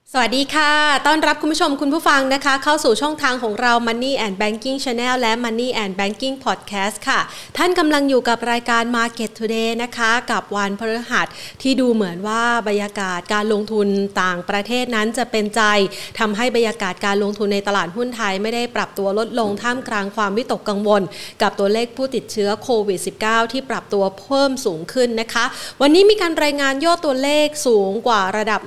สวัสดีค่ะต้อนรับคุณผู้ชมคุณผู้ฟังนะคะเข้าสู่ช่องทางของเรา Money and Banking Channel และ Money and Banking Podcast ค่ะท่านกำลังอยู่กับรายการ Market Today นะคะกับวันพฤหัสที่ดูเหมือนว่าบรรยากาศการลงทุนต่างประเทศนั้นจะเป็นใจทำให้บรรยากาศการลงทุนในตลาดหุ้นไทยไม่ได้ปรับตัวลดลงท่ามกลางความวิตกกังวลกับตัวเลขผู้ติดเชื้อโควิด -19 ที่ปรับตัวเพิ่มสูงขึ้นนะคะวันนี้มีการรายงานยอดตัวเลขสูงกว่าระดับ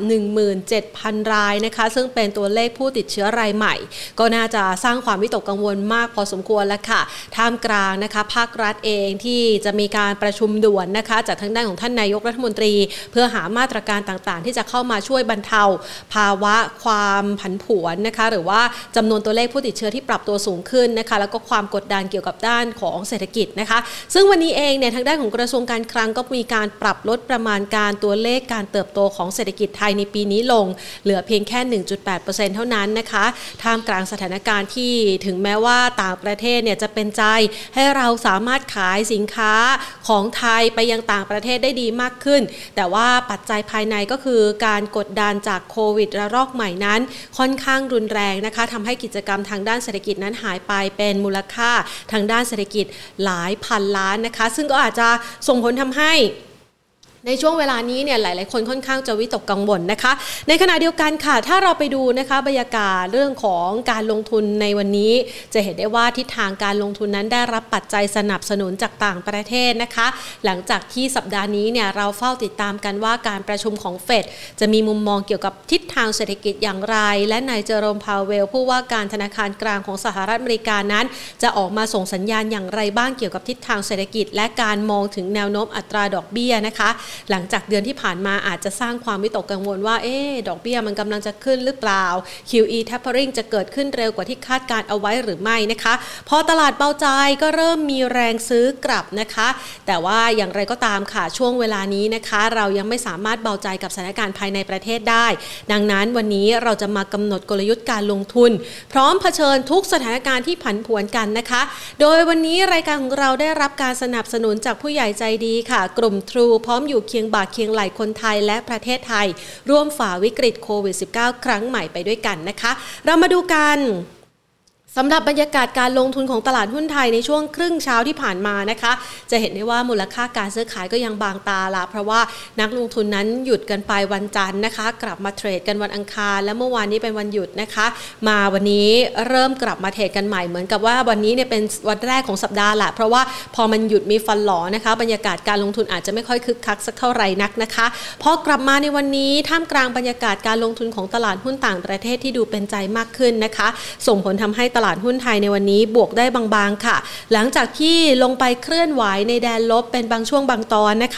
17,000 รายนะคะซึ่งเป็นตัวเลขผู้ติดเชื้อรายใหม่ก็น่าจะสร้างความวิตกกังวลมากพอสมควรแล้วค่ะท่ามกลางนะคะภาครัฐเองที่จะมีการประชุมด่วนนะคะจากทางด้านของท่านนายกรัฐมนตรีเพื่อหามาตรการต่างๆที่จะเข้ามาช่วยบรรเทาภาวะความผันผวนนะคะหรือว่าจำนวนตัวเลขผู้ติดเชื้อที่ปรับตัวสูงขึ้นนะคะแล้วก็ความกดดันเกี่ยวกับด้านของเศรษฐกิจนะคะซึ่งวันนี้เองเนี่ยทางด้านของกระทรวงการคลังก็มีการปรับลดประมาณการตัวเลขการเติบโตของเศรษฐกิจไทยในปีนี้ลงเหลือเพียงแค่ 1.8% เท่านั้นนะคะท่ามกลางสถานการณ์ที่ถึงแม้ว่าต่างประเทศเนี่ยจะเป็นใจให้เราสามารถขายสินค้าของไทยไปยังต่างประเทศได้ดีมากขึ้นแต่ว่าปัจจัยภายในก็คือการกดดันจากโควิดระลอกใหม่นั้นค่อนข้างรุนแรงนะคะทำให้กิจกรรมทางด้านเศรษฐกิจนั้นหายไปเป็นมูลค่าทางด้านเศรษฐกิจหลายพันล้านนะคะซึ่งก็อาจจะส่งผลทำให้ในช่วงเวลานี้เนี่ยหลายๆคนค่อนข้างจะวิตกกังวลนะคะในขณะเดียวกันค่ะถ้าเราไปดูนะคะบรรยากาศเรื่องของการลงทุนในวันนี้จะเห็นได้ว่าทิศทางการลงทุนนั้นได้รับปัจจัยสนับสนุนจากต่างประเทศนะคะหลังจากที่สัปดาห์นี้เนี่ยเราเฝ้าติดตามกันว่าการประชุมของเฟดจะมีมุมมองเกี่ยวกับทิศทางเศรษฐกิจอย่างไรและนายเจอโรม พาวเวลผู้ว่าการธนาคารกลางของสหรัฐอเมริกานั้นจะออกมาส่งสัญญาณอย่างไรบ้างเกี่ยวกับทิศทางเศรษฐกิจและการมองถึงแนวโน้มอัตราดอกเบี้ยนะคะหลังจากเดือนที่ผ่านมาอาจจะสร้างความวิตกกังวลว่าดอกเบี้ยมันกำลังจะขึ้นหรือเปล่า QE tapering จะเกิดขึ้นเร็วกว่าที่คาดการเอาไว้หรือไม่นะคะพอตลาดเบาใจก็เริ่มมีแรงซื้อกลับนะคะแต่ว่าอย่างไรก็ตามค่ะช่วงเวลานี้นะคะเรายังไม่สามารถเบาใจกับสถานการณ์ภายในประเทศได้ดังนั้นวันนี้เราจะมากำหนดกลยุทธ์การลงทุนพร้อมเผชิญทุกสถานการณ์ที่ผันผวนกันนะคะโดยวันนี้รายการของเราได้รับการสนับสนุนจากผู้ใหญ่ใจดีค่ะกลุ่ม True พร้อมอยู่เคียงบ่าเคียงไหล่คนไทยและประเทศไทยร่วมฝ่าวิกฤตโควิด -19 ครั้งใหม่ไปด้วยกันนะคะเรามาดูกันสำหรับบรรยากาศการลงทุนของตลาดหุ้นไทยในช่วงครึ่งเช้าที่ผ่านมานะคะจะเห็นได้ว่ามูลค่าการซื้อขายก็ยังบางตาละเพราะว่านักลงทุนนั้นหยุดกันไปวันจันทร์นะคะกลับมาเทรดกันวันอังคารและเมื่อวานนี้เป็นวันหยุดนะคะมาวันนี้เริ่มกลับมาเทรดกันใหม่เหมือนกับว่าวันนี้เนี่ยเป็นวันแรกของสัปดาห์ละเพราะว่าพอมันหยุดมีฟันหลอนะคะบรรยากาศการลงทุนอาจจะไม่ค่อยคึกคักสักเท่าไหร่นักนะคะพอกลับมาในวันนี้ท่ามกลางบรรยากาศการลงทุนของตลาดหุ้นต่างประเทศที่ดูเป็นใจมากขึ้นนะคะส่งผลทำให้ตลาดหุ้นไทยในวันนี้บวกได้บางๆค่ะหลังจากที่ลงไปเคลื่อนไหวในแดนลบเป็นบางช่วงบางตอนนะคะ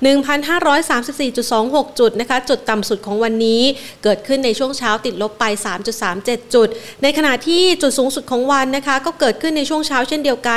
1,534.26 จุดนะคะจุดต่ำสุดของวันนี้เกิดขึ้นในช่วงเช้าติดลบไป 3.37 จุดในขณะที่จุดสูงสุดของวันนะคะก็เกิดขึ้นในช่วงเช้าเช่นเดียวกัน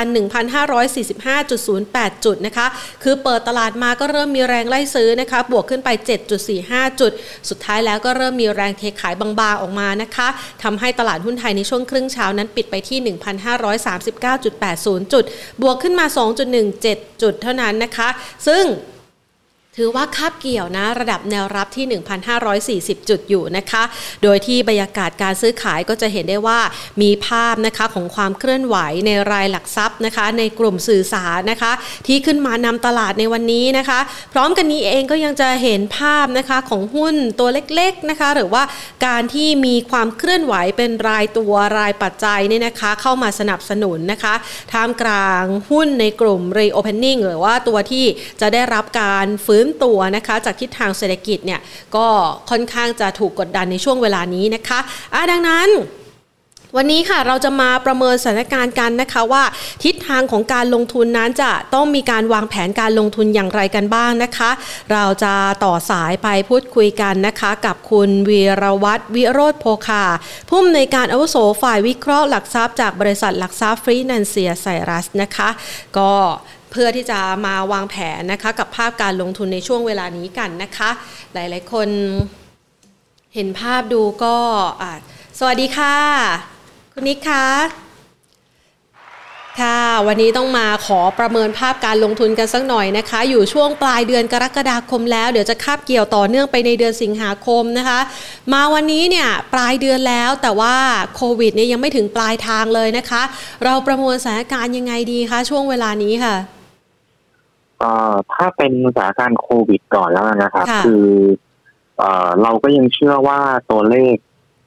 1,545.08 จุดนะคะคือเปิดตลาดมาก็เริ่มมีแรงไล่ซื้อนะคะบวกขึ้นไป 7.45 จุดสุดท้ายแล้วก็เริ่มมีแรงเทขายบางๆออกมานะคะทำให้ตลาดหุ้นไทยในช่วงครึ่งเช้านั้นปิดไปที่ 1,539.80 จุดบวกขึ้นมา 2.17 จุดเท่านั้นนะคะซึ่งถือว่าคาบเกี่ยวนะระดับแนวรับที่ 1,540 จุดอยู่นะคะโดยที่บรรยากาศการซื้อขายก็จะเห็นได้ว่ามีภาพนะคะของความเคลื่อนไหวในรายหลักทรัพย์นะคะในกลุ่มสื่อสารนะคะที่ขึ้นมานำตลาดในวันนี้นะคะพร้อมกันนี้เองก็ยังจะเห็นภาพนะคะของหุ้นตัวเล็กๆนะคะหรือว่าการที่มีความเคลื่อนไหวเป็นรายตัวรายปัจจัยเนี่ยนะคะเข้ามาสนับสนุนนะคะท่ามกลางหุ้นในกลุ่ม reopening หรือว่าตัวที่จะได้รับการฟื้นตัวนะคะจากทิศทางเศรษฐกิจเนี่ยก็ค่อนข้างจะถูกกดดันในช่วงเวลานี้นะคะดังนั้นวันนี้ค่ะเราจะมาประเมินสถานการณ์กันนะคะว่าทิศทางของการลงทุนนั้นจะต้องมีการวางแผนการลงทุนอย่างไรกันบ้างนะคะเราจะต่อสายไปพูดคุยกันนะคะกับคุณวีรวัฒน์วิโรจน์โภคาผู้อำนวยการอาวุโสฝ่ายวิเคราะห์หลักทรัพย์จากบริษัทหลักทรัพย์ฟรีแลนเซียไซรัสนะคะก็เพื่อที่จะมาวางแผนนะคะกับภาพการลงทุนในช่วงเวลานี้กันนะคะหลายๆคนเห็นภาพดูก็สวัสดีค่ะคุณนิกคะค่ะวันนี้ต้องมาขอประเมินภาพการลงทุนกันสักหน่อยนะคะอยู่ช่วงปลายเดือนกรกฎาคมแล้วเดี๋ยวจะคาบเกี่ยวต่อเนื่องไปในเดือนสิงหาคมนะคะมาวันนี้เนี่ยปลายเดือนแล้วแต่ว่าโควิดเนี่ยยังไม่ถึงปลายทางเลยนะคะเราประมวลสถานการณ์ยังไงดีคะช่วงเวลานี้ค่ะถ้าเป็นสถานการณ์โควิดก่อนแล้วนะครับคือเราก็ยังเชื่อว่าตัวเลข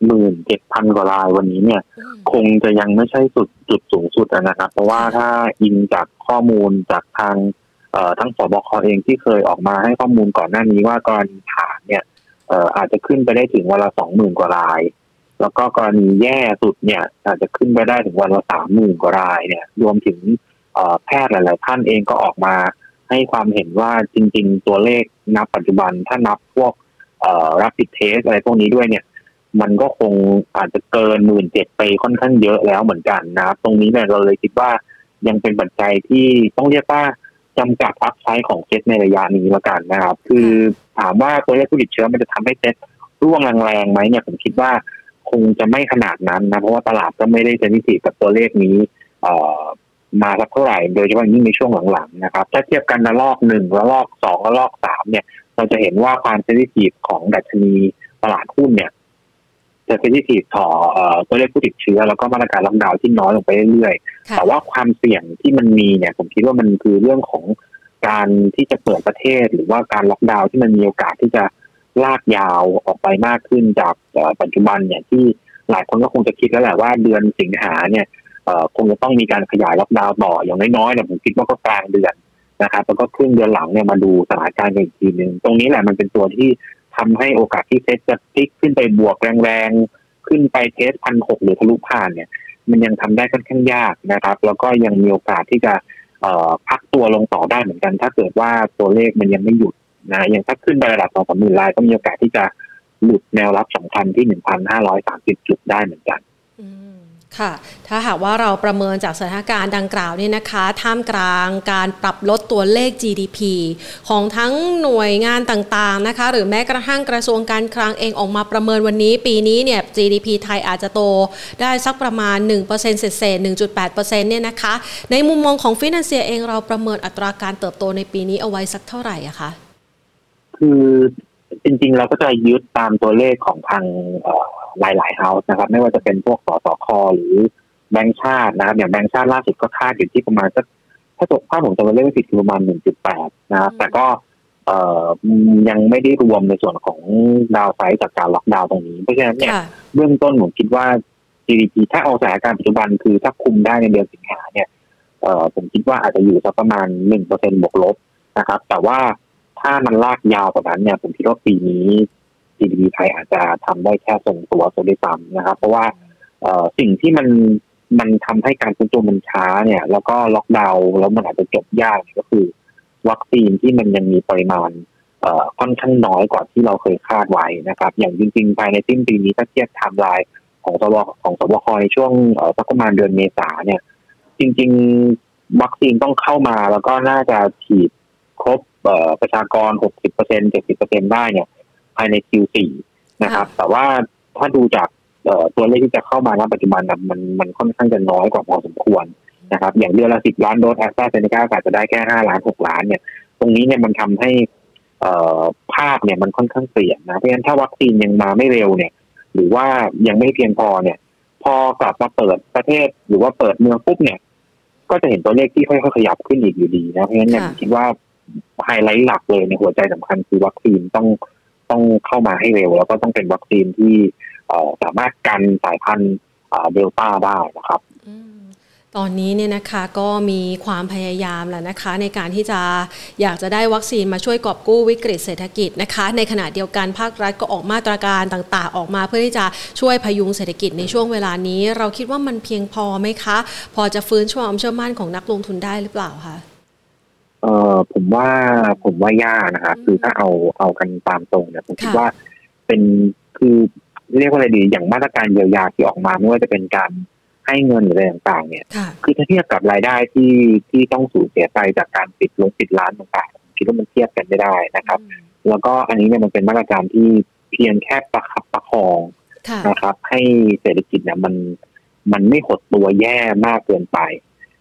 17,000 กว่ารายวันนี้เนี่ยคงจะยังไม่ใช่จุดสูงสุดนะครับเพราะว่าถ้าอิงจากข้อมูลจากทางทั้งสบคเองที่เคยออกมาให้ข้อมูลก่อนหน้านี้ว่ากรณีฐานเนี่ยอาจจะขึ้นไปได้ถึงวันละ 20,000 กว่ารายแล้วก็กรณีแย่สุดเนี่ยอาจจะขึ้นไปได้ถึงวันละ 30,000 กว่ารายเนี่ยรวมถึงแพทย์หลายๆท่านเองก็ออกมาให้ความเห็นว่าจริงๆตัวเลขณปัจจุบันถ้านับพวกrapid test อะไรพวกนี้ด้วยเนี่ยมันก็คงอาจจะเกิน 17,000 ไปค่อนข้างเยอะแล้วเหมือนกันนะครับตรงนี้เนี่ยเราเลยคิดว่ายังเป็นปัจจัยที่ต้องเรียกว่าจำกัดอัพไซด์ของเซตในระยะนี้แล้วกันนะครับคือถามว่าตัวเลขผู้ติดเชื้อมันจะทำให้เซตร่วงแรงๆไหมเนี่ยผมคิดว่าคงจะไม่ขนาดนั้นนะเพราะว่าตลาดก็ไม่ได้เซนซิทีฟกับตัวเลขนี้มาสักเท่าไหร่โดยเฉพาะยิ่งในช่วงหลังๆนะครับถ้าเทียบกันระลอก1ระลอก2ระลอก3เนี่ยเราจะเห็นว่าความเซนซิทีฟของดัชนีตลาดหุ้นเนี่ยจะเซนซิทีฟต่อตัวเลขผู้ติดเชื้อแล้วก็มาตรการล็อกดาวน์ที่น้อยลงไปเรื่อยๆแต่ว่าความเสี่ยงที่มันมีเนี่ยผมคิดว่ามันคือเรื่องของการที่จะเปิดประเทศหรือว่าการล็อกดาวน์ที่มันมีโอกาสที่จะลากยาวออกไปมากขึ้นจากปัจจุบันเนี่ยที่หลายคนก็คงจะคิดแล้วแหละว่าเดือนสิงหาเนี่ยคงจะต้องมีการขยายล็อกดาวน์ต่ออย่างน้อยๆเนี่ยผมคิดว่าก็กลางเดือนนะครับแล้วก็ครึ่งเดือนหลังเนี่ยมาดูสถานการณ์กันอีกทีนึงตรงนี้แหละมันเป็นตัวที่ทำให้โอกาสที่เซ็ตจะพลิกขึ้นไปบวกแรงๆขึ้นไปเทส 1,600 หรือทะลุผ่านเนี่ยมันยังทำได้ค่อนข้างยากนะครับแล้วก็ยังมีโอกาสที่จะพักตัวลงต่อได้เหมือนกันถ้าเกิดว่าตัวเลขมันยังไม่หยุดนะอย่างถ้าขึ้นไประดับ 2-3 หมื่นรายก็มีโอกาสที่จะหลุดแนวรับสำคัญที่ 1,530 จุดได้เหมือนกันค่ะถ้าหากว่าเราประเมินจากสถานการณ์ดังกล่าวนี่นะคะท่ามกลางการปรับลดตัวเลข GDP ของทั้งหน่วยงานต่างๆนะคะหรือแม้กระทั่งกระทรวงการคลังเองออกมาประเมินวันนี้ปีนี้เนี่ย GDP ไทยอาจจะโตได้สักประมาณ 1% เศษ 1.8% เนี่ยนะคะในมุมมองของฟินแลนเซียเองเราประเมินอัตราการเติบโตในปีนี้เอาไว้สักเท่าไหร่อะคะคือจริงๆเราก็จะยึดตามตัวเลขของทางหลายๆเฮาส์นะครับไม่ว่าจะเป็นพวกสสค.หรือแบงก์ชาตินะครับอย่างแบงก์ชาติล่าสุดก็คาดอยู่ที่ประมาณสักถ้าตกภาพผมจำเลขไม่ผิดคือประมาณ 1.8 นะครับแต่ก็ยังไม่ได้รวมในส่วนของดาวไซด์จากการล็อกดาวน์ตรงนี้เพราะฉะนั้นเนี่ยเบื้องต้นผมคิดว่า GDP ถ้าเอาสถานการณ์ปัจจุบันคือถ้าคุมได้ในเดือนสิงหาเนี่ยผมคิดว่าอาจจะอยู่สักประมาณ 1% บวกลบนะครับแต่ว่าถ้ามันลากยาวกว่านั้นเนี่ยผมคิดว่าปีนี้ GDP ไทยอาจจะทำได้แค่ทรงตัวซะด้วยซ้ำนะครับเพราะว่าสิ่งที่มันทำให้การฟื้นตัวมันช้าเนี่ยแล้วก็ล็อกดาวน์แล้วมันอาจจะจบยากก็คือวัคซีนที่มันยังมีปริมาณค่อนข้างน้อยกว่าที่เราเคยคาดไว้นะครับอย่างจริงๆภายในสิ้นปีนี้ถ้าเทียบไทม์ไลน์ของสบคในช่วงสักประมาณเดือนเมษาเนี่ยจริงๆวัคซีนต้องเข้ามาแล้วก็น่าจะฉีดครบประชากร 60% 70% ได้เนี่ยภายใน Q4 นะครับแต่ว่าถ้าดูจากตัวเลขที่จะเข้ามาณปัจจุบันมันค่อนข้างจะน้อยกว่าพอสมควรนะครับอย่างเดือนละ10 ล้านโดสแอสตราเซเนกาอาจจะได้แค่5 ล้าน 6 ล้านเนี่ยตรงนี้เนี่ยมันทำให้ภาพเนี่ยมันค่อนข้างเปลี่ยนนะเพราะฉะนั้นถ้าวัคซีนยังมาไม่เร็วเนี่ยหรือว่ายังไม่เพียงพอเนี่ยพอกลับมาเปิดประเทศหรือว่าเปิดเมืองปุ๊บเนี่ยก็จะเห็นตัวเลขที่ค่อยๆขยับขึ้นอีกอยู่ดีนะเพราะฉะนั้นเนี่ยคิดว่าไฮไลท์หลักเลยในหัวใจสำคัญคือวัคซีนต้องเข้ามาให้เร็วแล้วก็ต้องเป็นวัคซีนที่สามารถกันสายพันธุ์เดลต้าได้นะครับตอนนี้เนี่ยนะคะก็มีความพยายามแล้วนะคะในการที่จะอยากจะได้วัคซีนมาช่วยกอบกู้วิกฤตเศรษฐกิจนะคะในขณะเดียวกันภาครัฐก็ออกมาตรการต่างๆออกมาเพื่อที่จะช่วยพยุงเศรษฐกิจในช่วงเวลานี้เราคิดว่ามันเพียงพอไหมคะพอจะฟื้นความเชื่อมั่นของนักลงทุนได้หรือเปล่าคะผมว่ายากนะครับคือถ้าเอากันตามตรงเนี่ยผมคิดว่าเป็นคือเรียกว่าอะไรดีอย่างมาตรการเยียวยาที่ออกมาไม่ว่าจะเป็นการให้เงินหรืออะไรต่างๆเนี่ยคือถ้าเทียบกับรายได้ที่ต้องสูญเสียไปจากการปิดร้านต่างๆคิดว่ามันเทียบกันไม่ได้นะครับแล้วก็อันนี้เนี่ยมันเป็นมาตรการที่เพียงแค่ประคับประคองนะครับให้เศรษฐกิจเนี่ยมันไม่หดตัวแย่มากเกินไป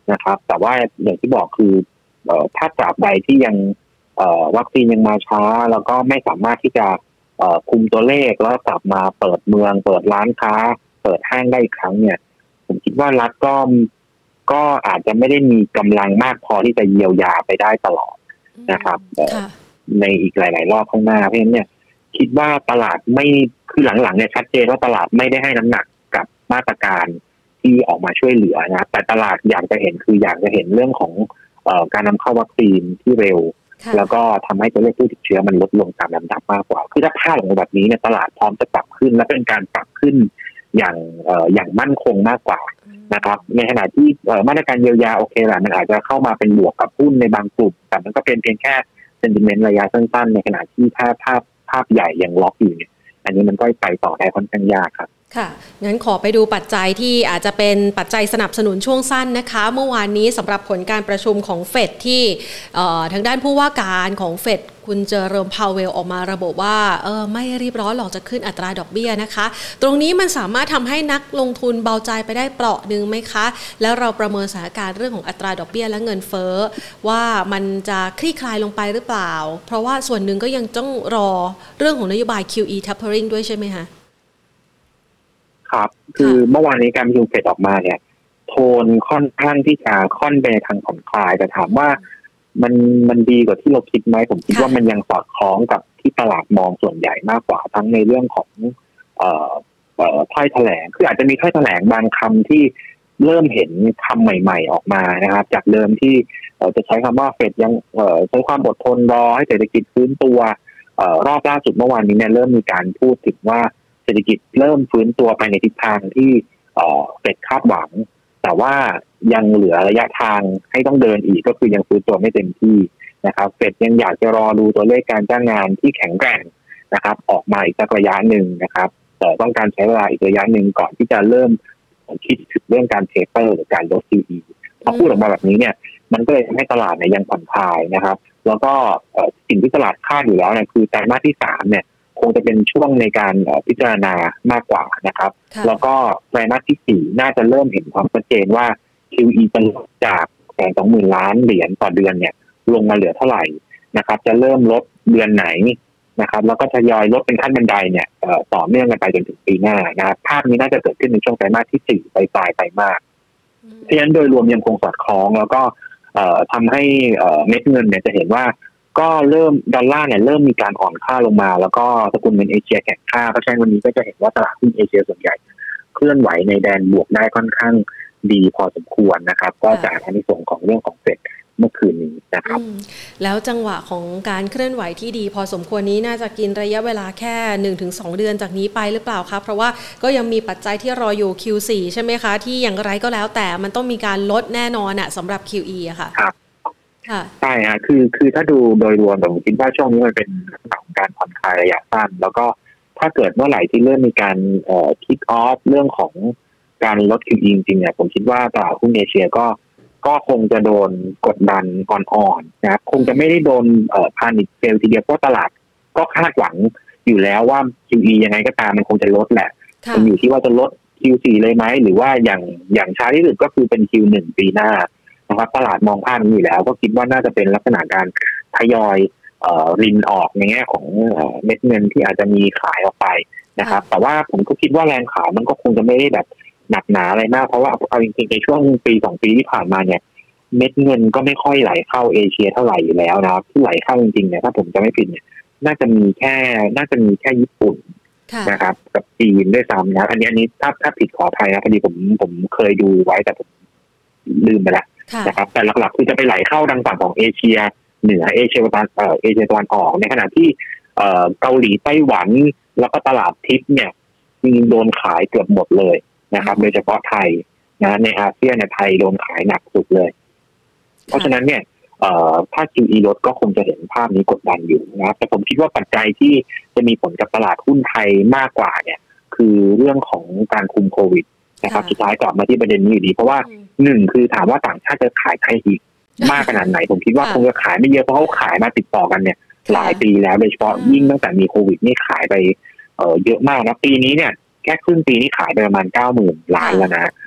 นะครับแต่ว่าอย่างที่บอกคือถ้าตราบใดที่ยังวัคซีนยังมาช้าแล้วก็ไม่สามารถที่จะคุมตัวเลขแล้วกลับมาเปิดเมืองเปิดร้านค้าเปิดห้างได้อีกครั้งเนี่ยผมคิดว่ารัฐก็อาจจะไม่ได้มีกำลังมากพอที่จะเยียวยาไปได้ตลอดนะครับในอีกหลายๆรอบข้างหน้าเพราะฉะนั้นเนี่ยคิดว่าตลาดไม่คือหลังๆเนี่ยชัดเจนว่าตลาดไม่ได้ให้น้ำหนักกับมาตรการที่ออกมาช่วยเหลือนะแต่ตลาดอยากจะเห็นเรื่องของการนำเข้าวัคซีนที่เร็วแล้วก็ทำให้ตัวเลขผู้ติดเชื้อมันลดลงตามลำดับมากกว่าคือถ้าภาพของแบบนี้เนี่ยตลาดพร้อมจะปรับขึ้นและเป็นการปรับขึ้นอย่างมั่นคงมากกว่านะครับในขณะที่มาตรการเยียวยาโอเคแหละมันอาจจะเข้ามาเป็นบวกกับหุ้นในบางกลุ่มแต่มันก็เป็นเพียงแค่เซนติเมนต์ระยะสั้นๆในขณะที่ถ้าภาพใหญ่ยังล็อกอยู่เนี่ยอันนี้มันก็ไปต่อได้ค่อนข้างยากครับค่ะงั้นขอไปดูปัจจัยที่อาจจะเป็นปัจจัยสนับสนุนช่วงสั้นนะคะเมื่อวานนี้สำหรับผลการประชุมของเฟดที่ทางด้านผู้ว่าการของเฟดคุณเจอเรมพาวเวลออกมาระบุว่าไม่รีบร้อนหรอกจะขึ้นอัตราดอกเบี้ยนะคะตรงนี้มันสามารถทำให้นักลงทุนเบาใจไปได้เปราะนึงไหมคะแล้วเราประเมินสถานการณ์เรื่องของอัตราดอกเบี้ยและเงินเฟ้อว่ามันจะคลี่คลายลงไปหรือเปล่าเพราะว่าส่วนหนึ่งก็ยังต้องรอเรื่องของนโยบาย QE tapering ด้วยใช่ไหมคะครับคือเมื่อวานนี้การประชุมเฟดออกมาเนี่ยโทนค่อนข้างที่จะค่อนไปทางผ่อนคลายแต่ถามว่ามันดีกว่าที่เราคิดไหมผมคิดว่ามันยังสอดคล้องกับที่ตลาดมองส่วนใหญ่มากกว่าทั้งในเรื่องของถ้อยแถลงคืออาจจะมีถ้อยแถลงบางคำที่เริ่มเห็นคำใหม่ๆออกมานะครับจากเดิมที่จะใช้คำว่าเฟดยังใช้ความอดทนรอให้เศรษฐกิจฟื้นตัวรอบล่าสุดเมื่อวานนี้เนี่ยเริ่มมีการพูดถึงว่าเศรษฐกิจเริ่มฟื้นตัวไปในทิศทางที่เฟดคาดหวังแต่ว่ายังเหลือระยะทางให้ต้องเดินอีกก็คือยังฟื้นตัวไม่เต็มที่นะครับเฟดยังอยากจะรอดูตัวเลขการจ้างงานที่แข็งแกร่งนะครับออกมาอีกสักระยะหนึ่งนะครับแต่ต้องการใช้เวลาอีกระยะหนึ่งก่อนที่จะเริ่มคิดถึงเรื่องการเทเปอร์หรือการลด QE พอพูดออกมาแบบนี้เนี่ยมันก็เลยทำให้ตลาดเนี่ยยังผ่อนคลายนะครับแล้วก็สิ่งที่ตลาดคาดอยู่แล้วเนี่ยคือไตรมาสที่3เนี่ยคงจะเป็นช่วงในการพิจารณามากกว่านะครับแล้วก็ไตรมาสที่4น่าจะเริ่มเห็นความชัดเจนว่า QE จะลดจาก120,000 ล้านเหรียญต่อเดือนเนี่ยลงมาเหลือเท่าไหร่นะครับจะเริ่มลดเดือนไหนนะครับแล้วก็ทยอยลดเป็นขั้นบันไดเนี่ยต่อเนื่องกันไปจนถึงปีหน้านะครับภาพนี้น่าจะเกิดขึ้นในช่วงไตรมาสที่4ปลายไตรมาสเพราะฉะนั้นโดยรวมยังคงสอดคล้องแล้วก็ทำให้เม็ดเงินเนี่ยจะเห็นว่าก็เริ่มดอลลาร์เนี่ยเริ่มมีการอ่อนค่าลงมาแล้วก็สกุลเงินเอเชียแข็งค่าเพราะฉะนั้นวันนี้ก็จะเห็นว่าตลาดหุ้นเอเชียส่วนใหญ่เคลื่อนไหวในแดนบวกได้ค่อนข้างดีพอสมควรนะครับก็จากอานิสงส์ของเรื่องของเฟดเมื่อคืนนี้นะครับแล้วจังหวะของการเคลื่อนไหวที่ดีพอสมควรนี้น่าจะกินระยะเวลาแค่ 1-2 เดือนจากนี้ไปหรือเปล่าคะเพราะว่าก็ยังมีปัจจัยที่รออยู่ Q4 ใช่ไหมคะที่อย่างไรก็แล้วแต่มันต้องมีการลดแน่นอนอะสำหรับ QE อะค่ะใช่ฮะคือถ้าดูโดยรวมผมคิดว่าช่วงนี้มันเป็นลักษณะของการผ่อนคลายระยะสั้นแล้วก็ถ้าเกิดเมื่อไหร่ที่เริ่มมีการkick off เรื่องของการลด QE จริงๆเนี่ยผมคิดว่าตลาดหุ้นเอเชียก็คงจะโดนกดดันอ่อนๆนะคงจะไม่ได้โดนพานิคเซลทีเดียวเพราะตลาดก็คาดหวังอยู่แล้วว่า QE ยังไงก็ตามมันคงจะลดแหละมันอยู่ที่ว่าจะลด Q4 เลยไหมหรือว่าอย่างช้าที่สุดก็คือเป็น Q1 ปีหน้านะครับตลาดมองภาพนี้อยู่แล้วก็คิดว่าน่าจะเป็นลักษณะการทยอยรินออกในแง่ของเม็ดเงินที่อาจจะมีขายออกไปนะครับแต่ว่าผมก็คิดว่าแรงขายมันก็คงจะไม่ได้แบบหนักหนาอะไรมากเพราะว่าเอาจริงๆในช่วงปี2ปีที่ผ่านมาเนี่ยเม็ดเงินก็ไม่ค่อยไหลเข้าเอเชียเท่าไหร่อยู่แล้วนะครับที่ไหลเข้าจริงๆเนี่ยถ้าผมจะไม่ผิดเนี่ยน่าจะมีแค่ญี่ปุ่นนะครับกับจีนด้วยซ้ำนะอันนี้ถ้าผิดขออภัยนะพอดีผมเคยดูไว้แต่ผมลืมไปแล้วนะครับแต่หลักๆคือจะไปไหลเข้าทางฝั่งของเอเชียเหนือเอเชียตะวันออกในขณะที่เกาหลีไต้หวันแล้วก็ตลาดทิพย์เนี่ยโดนขายเกือบหมดเลยนะครับโดยเฉพาะไทยนะในอาเซียนเนี่ยไทยโดนขายหนักสุดเลยเพราะฉะนั้นเนี่ยถ้า QE ลดก็คงจะเห็นภาพนี้กดดันอยู่นะแต่ผมคิดว่าปัจจัยที่จะมีผลกับตลาดหุ้นไทยมากกว่าเนี่ยคือเรื่องของการคุมโควิดนะครับสุดท้ายกลับมาที่ประเด็นนี้อยู่ดีเพราะว่า1คือถามว่าต่างชาติจะขายไทยอีกมากขนาดไหนผมคิดว่าคงจะขายไม่เยอะเพราะเขาขายมาติดต่อกันเนี่ยหลายปีแล้วโดยเฉพาะยิ่งตั้งแต่มีโควิดนี่ขายไปเยอะมากนะปีนี้เนี่ยแค่ครึ่งปีนี่ขายไปประมาณ 90,000 ล้านแล้วนะ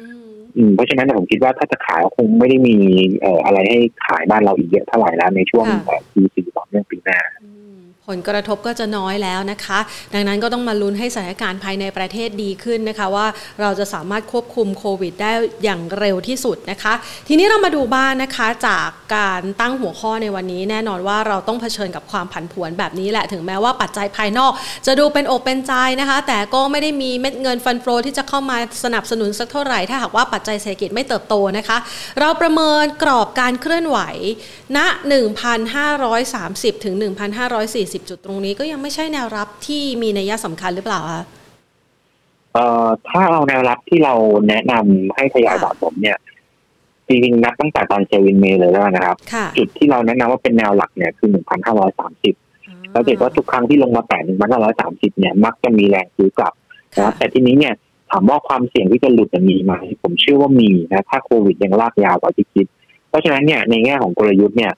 เพราะฉะนั้นผมคิดว่าถ้าจะขายคงไม่ได้มีอะไรให้ขายบ้านเราอีกเยอะเท่าไหร่แล้วในช่วงQ4 ต่อเนื่องปีหน้าผลกระทบก็จะน้อยแล้วนะคะดังนั้นก็ต้องมาลุ้นให้สถานการณ์ภายในประเทศดีขึ้นนะคะว่าเราจะสามารถควบคุมโควิดได้อย่างเร็วที่สุดนะคะทีนี้เรามาดูบ้านนะคะจากการตั้งหัวข้อในวันนี้แน่นอนว่าเราต้องเผชิญกับความผันผวนแบบนี้แหละถึงแม้ว่าปัจจัยภายนอกจะดูเป็นอกเป็นใจนะคะแต่ก็ไม่ได้มีเม็ดเงินฟันโฟลที่จะเข้ามาสนับสนุนสักเท่าไหร่ถ้าหากว่าปัจจัยเศรษฐกิจไม่เติบโตนะคะเราประเมินกรอบการเคลื่อนไหวณ 1,530 ถึง 1,540จุดตรงนี้ก็ยังไม่ใช่แนวรับที่มีนัยสำคัญหรือเปล่าคะถ้าเอาแนวรับที่เราแนะนำให้ขยายสะสมเนี่ยจริงๆนับตั้งแต่ตอนเชวินเมย์เลยแล้วนะครับจุดที่เราแนะนำว่าเป็นแนวหลักเนี่ยคือ 1,530 แล้วเห็นว่าทุกครั้งที่ลงมาแตะ 1,530 เนี่ยมักจะมีแรงซื้อกลับนะแต่ทีนี้เนี่ยถามว่าความเสี่ยงที่จะหลุดมีไหมผมเชื่อว่ามีนะถ้าโควิดยังลากยาวกว่าที่คิดเพราะฉะนั้นเนี่ยในแง่ของกลยุทธ์เนี่ย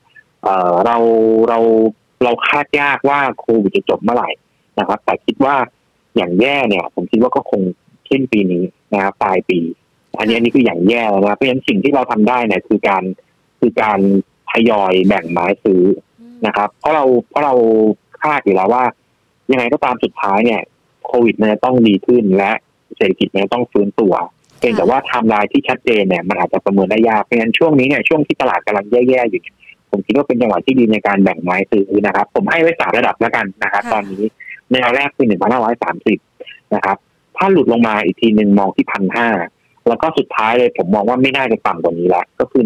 เราคาดยากว่าโควิดจะจบเมื่อไหร่นะครับแต่คิดว่าอย่างแย่เนี่ยผมคิดว่าก็คงสิ้นปีนี้นะครับปลายปีอันนี้คืออย่างแย่แล้วนะเพราะฉะนั้นสิ่งที่เราทำได้เนี่ยคือการทยอยแบ่งไม้ซื้อนะครับเพราะเราคาดอยู่แล้วว่ายังไงก็ตามสุดท้ายเนี่ยโควิดมันจะต้องดีขึ้นและเศรษฐกิจมันจะต้องฟื้นตัวเพียงแต่ว่าไทม์ไลน์ที่ชัดเจนเนี่ยมันอาจจะประเมินได้ยากเพราะฉะนั้นช่วงนี้เนี่ยช่วงที่ตลาดกำลังแย่ๆอยู่ผมคิดว่าเป็นจังหวะที่ดีในการแบ่งไม้ซื้อนะครับผมให้ไว้3ระดับแล้วกันนะครับตอนนี้แนวแรกคือ 1,530 นะครับถ้าหลุดลงมาอีกทีนึงมองที่ 1,500 แล้วก็สุดท้ายเลยผมมองว่าไม่น่าจะต่ำกว่านี้แล้วก็คือ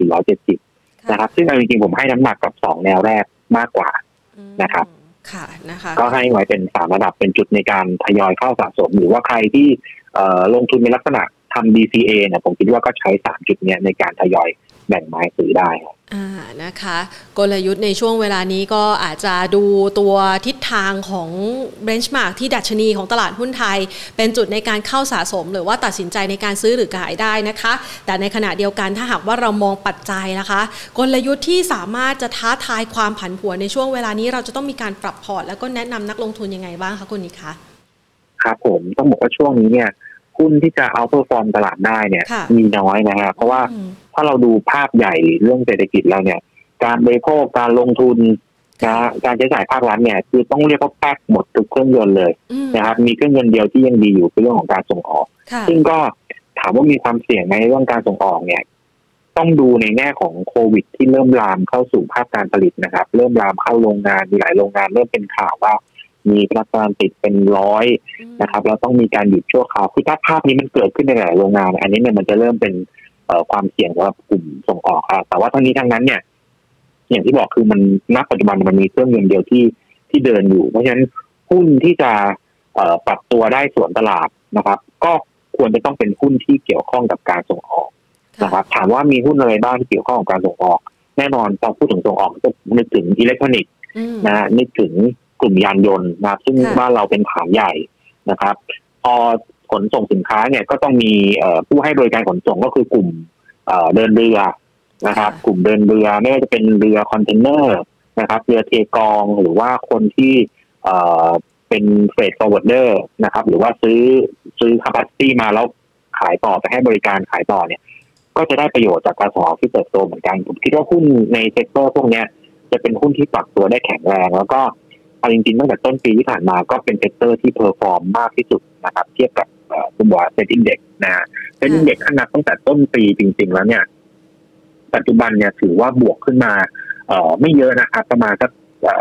1,470 นะครับซึ่งจริงๆผมให้น้ำหนักกับ2แนวแรกมากกว่านะครับค่ะนะคะก็ให้ไว้เป็น3ระดับเป็นจุดในการทยอยเข้าสะสมหรือว่าใครที่ลงทุนในลักษณะทำ DCA เนี่ยผมคิดว่าก็ใช้3จุดนี้ในการทยอยแบ่งไม้ซื้อได้นะคะกลยุทธ์ในช่วงเวลานี้ก็อาจจะดูตัวทิศทางของ benchmark ที่ดัชนีของตลาดหุ้นไทยเป็นจุดในการเข้าสะสมหรือว่าตัดสินใจในการซื้อหรือขายได้นะคะแต่ในขณะเดียวกันถ้าหากว่าเรามองปัจจัยนะคะกลยุทธ์ที่สามารถจะท้าทายความผันผวนในช่วงเวลานี้เราจะต้องมีการปรับพอร์ตแล้วก็แนะนำนักลงทุนยังไงบ้างคะคุณนิคะครับผมต้องบอกว่าช่วงนี้เนี่ยหุ้นที่จะเอาเพอร์ฟอร์มตลาดได้เนี่ยมีน้อยนะฮะเพราะว่าถ้าเราดูภาพใหญ่เรื่องเศรษฐกิจแล้วเนี่ยการบริโภคการลงทุนนะการใช้จ่ายภาครัฐเนี่ยคือต้องเรียกว่าแป๊กหมดทุกเครื่องยนต์เลยนะครับมีเครื่องยนต์เดียวที่ยังดีอยู่คือเรื่องของการส่งออกซึ่งก็ถามว่ามีความเสี่ยงในเรื่องการส่งออกเนี่ยต้องดูในแง่ของโควิดที่เริ่มลามเข้าสู่ภาคการผลิตนะครับเริ่มลามเข้าโรงงานมีหลายโรงงานเริ่มเป็นข่าวว่ามีพนักงานติดเป็น100นะครับแล้วต้องมีการหยุดชั่วคราวคือถ้าภาพนี้มันเกิดขึ้นในหลายโรงงานอันนี้เนี่ยมันจะเริ่มเป็นความเสี่ยงสำหรับกลุ่มส่งออกแต่ว่าทั้งนี้ทั้งนั้นเนี่ยอย่างที่บอกคือมันณปัจจุบันมันมีเครื่องยนต์เดียวที่เดินอยู่เพราะฉะนั้นหุ้นที่จะปรับตัวได้สวนตลาดนะครับก็ควรจะต้องเป็นหุ้นที่เกี่ยวข้องกับการส่งออกนะครับถามว่ามีหุ้นอะไรบ้างที่เกี่ยวข้องกับการส่งออกแน่นอนพอพูดถึงส่งออกก็นึกถึงอิเล็กทรอนิกส์นะนึกถึงกลุ่มยานยนต์นะซึ่งบ้านเราเป็นฐานใหญ่นะครับพอขนส่งสินค้าเนี่ยก็ต้องมีผู้ให้บริการขนส่งก็คือกลุ่มเดินเรือนะครับกลุ่มเดินเรือไม่ว่าจะเป็นเรือคอนเทนเนอร์นะครับเรือเทกองหรือว่าคนที่เป็นเฟรทฟอร์เวิร์ดเดอร์นะครับหรือว่าซื้อคาปาซิตี้มาแล้วขายต่อไปให้บริการขายต่อเนี่ยก็จะได้ประโยชน์จากการส่งออกที่เติบโตเหมือนกันผมคิดว่าหุ้นในเซกเตอร์พวกนี้จะเป็นหุ้นที่ปรับตัวได้แข็งแรงแล้วก็จริงๆตั้งแต่ต้นปีที่ผ่านมาก็เป็นเซกเตอร์ที่เพอร์ฟอร์มมากที่สุดนะครับเทียบกับตัวเซ็นดิ้งเด็กนะเซ็นดิ้งเด็กขนาดตั้งแต่ต้นปีจริงๆแล้วเนี่ยปัจจุบันเนี่ยถือว่าบวกขึ้นมาไม่เยอะนะครับประมาณสัก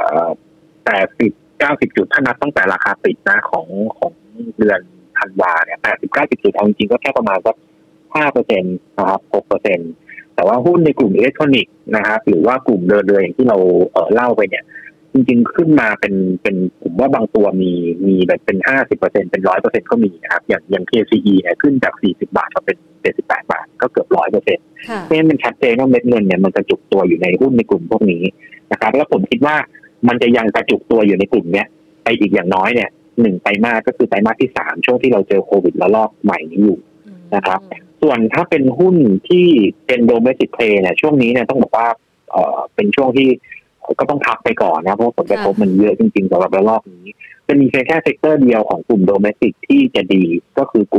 80-90 จุดถ้านับตั้งแต่ราคาปิดนะของเดือนธันวาเนี่ย80-90 จุดเอาจริงๆก็แค่ประมาณสัก 5% นะครับ 6% แต่ว่าหุ้นในกลุ่มอิเล็กทรอนิกส์นะครับหรือว่ากลุ่มเดินเรืออย่างที่เราเล่าไปเนี่ยจริงๆขึ้นมาเป็นผมว่าบางตัวมีแบบเป็น 50% เป็น 100% ก็มีนะครับอย่าง KCE เนี่ยขึ้นจาก40 บาทมาเป็น78 บาทก็เกือบ 100%เพราะฉะนั้นมันชัดเจนว่าเม็ดเงินเนี่ยมันกระจุกตัวอยู่ในหุ้นในกลุ่มพวกนี้นะครับแล้วผมคิดว่ามันจะยังกระจุกตัวอยู่ในกลุ่มเนี้ยไปอีกอย่างน้อยเนี่ย1ไตรมาสก็คือไตรมาสที่3ช่วงที่เราเจอโควิดระลอกใหม่นี้อยู่นะครับส่วนถ้าเป็นหุ้นที่เป็นโดเมสติกเพลย์เนี่ยช่วงนี้เนี่ยต้องบอกว่าเป็นช่วงที่ก็ต้องพักไปก่อนนะเพราะผลกระทบมันเยอะจริงๆสำหรับระลอกนี้จะมีแค่เซกเตอร์เดียวของกลุ่มโดเมสติกที่จะดีก็คือกลุ่ม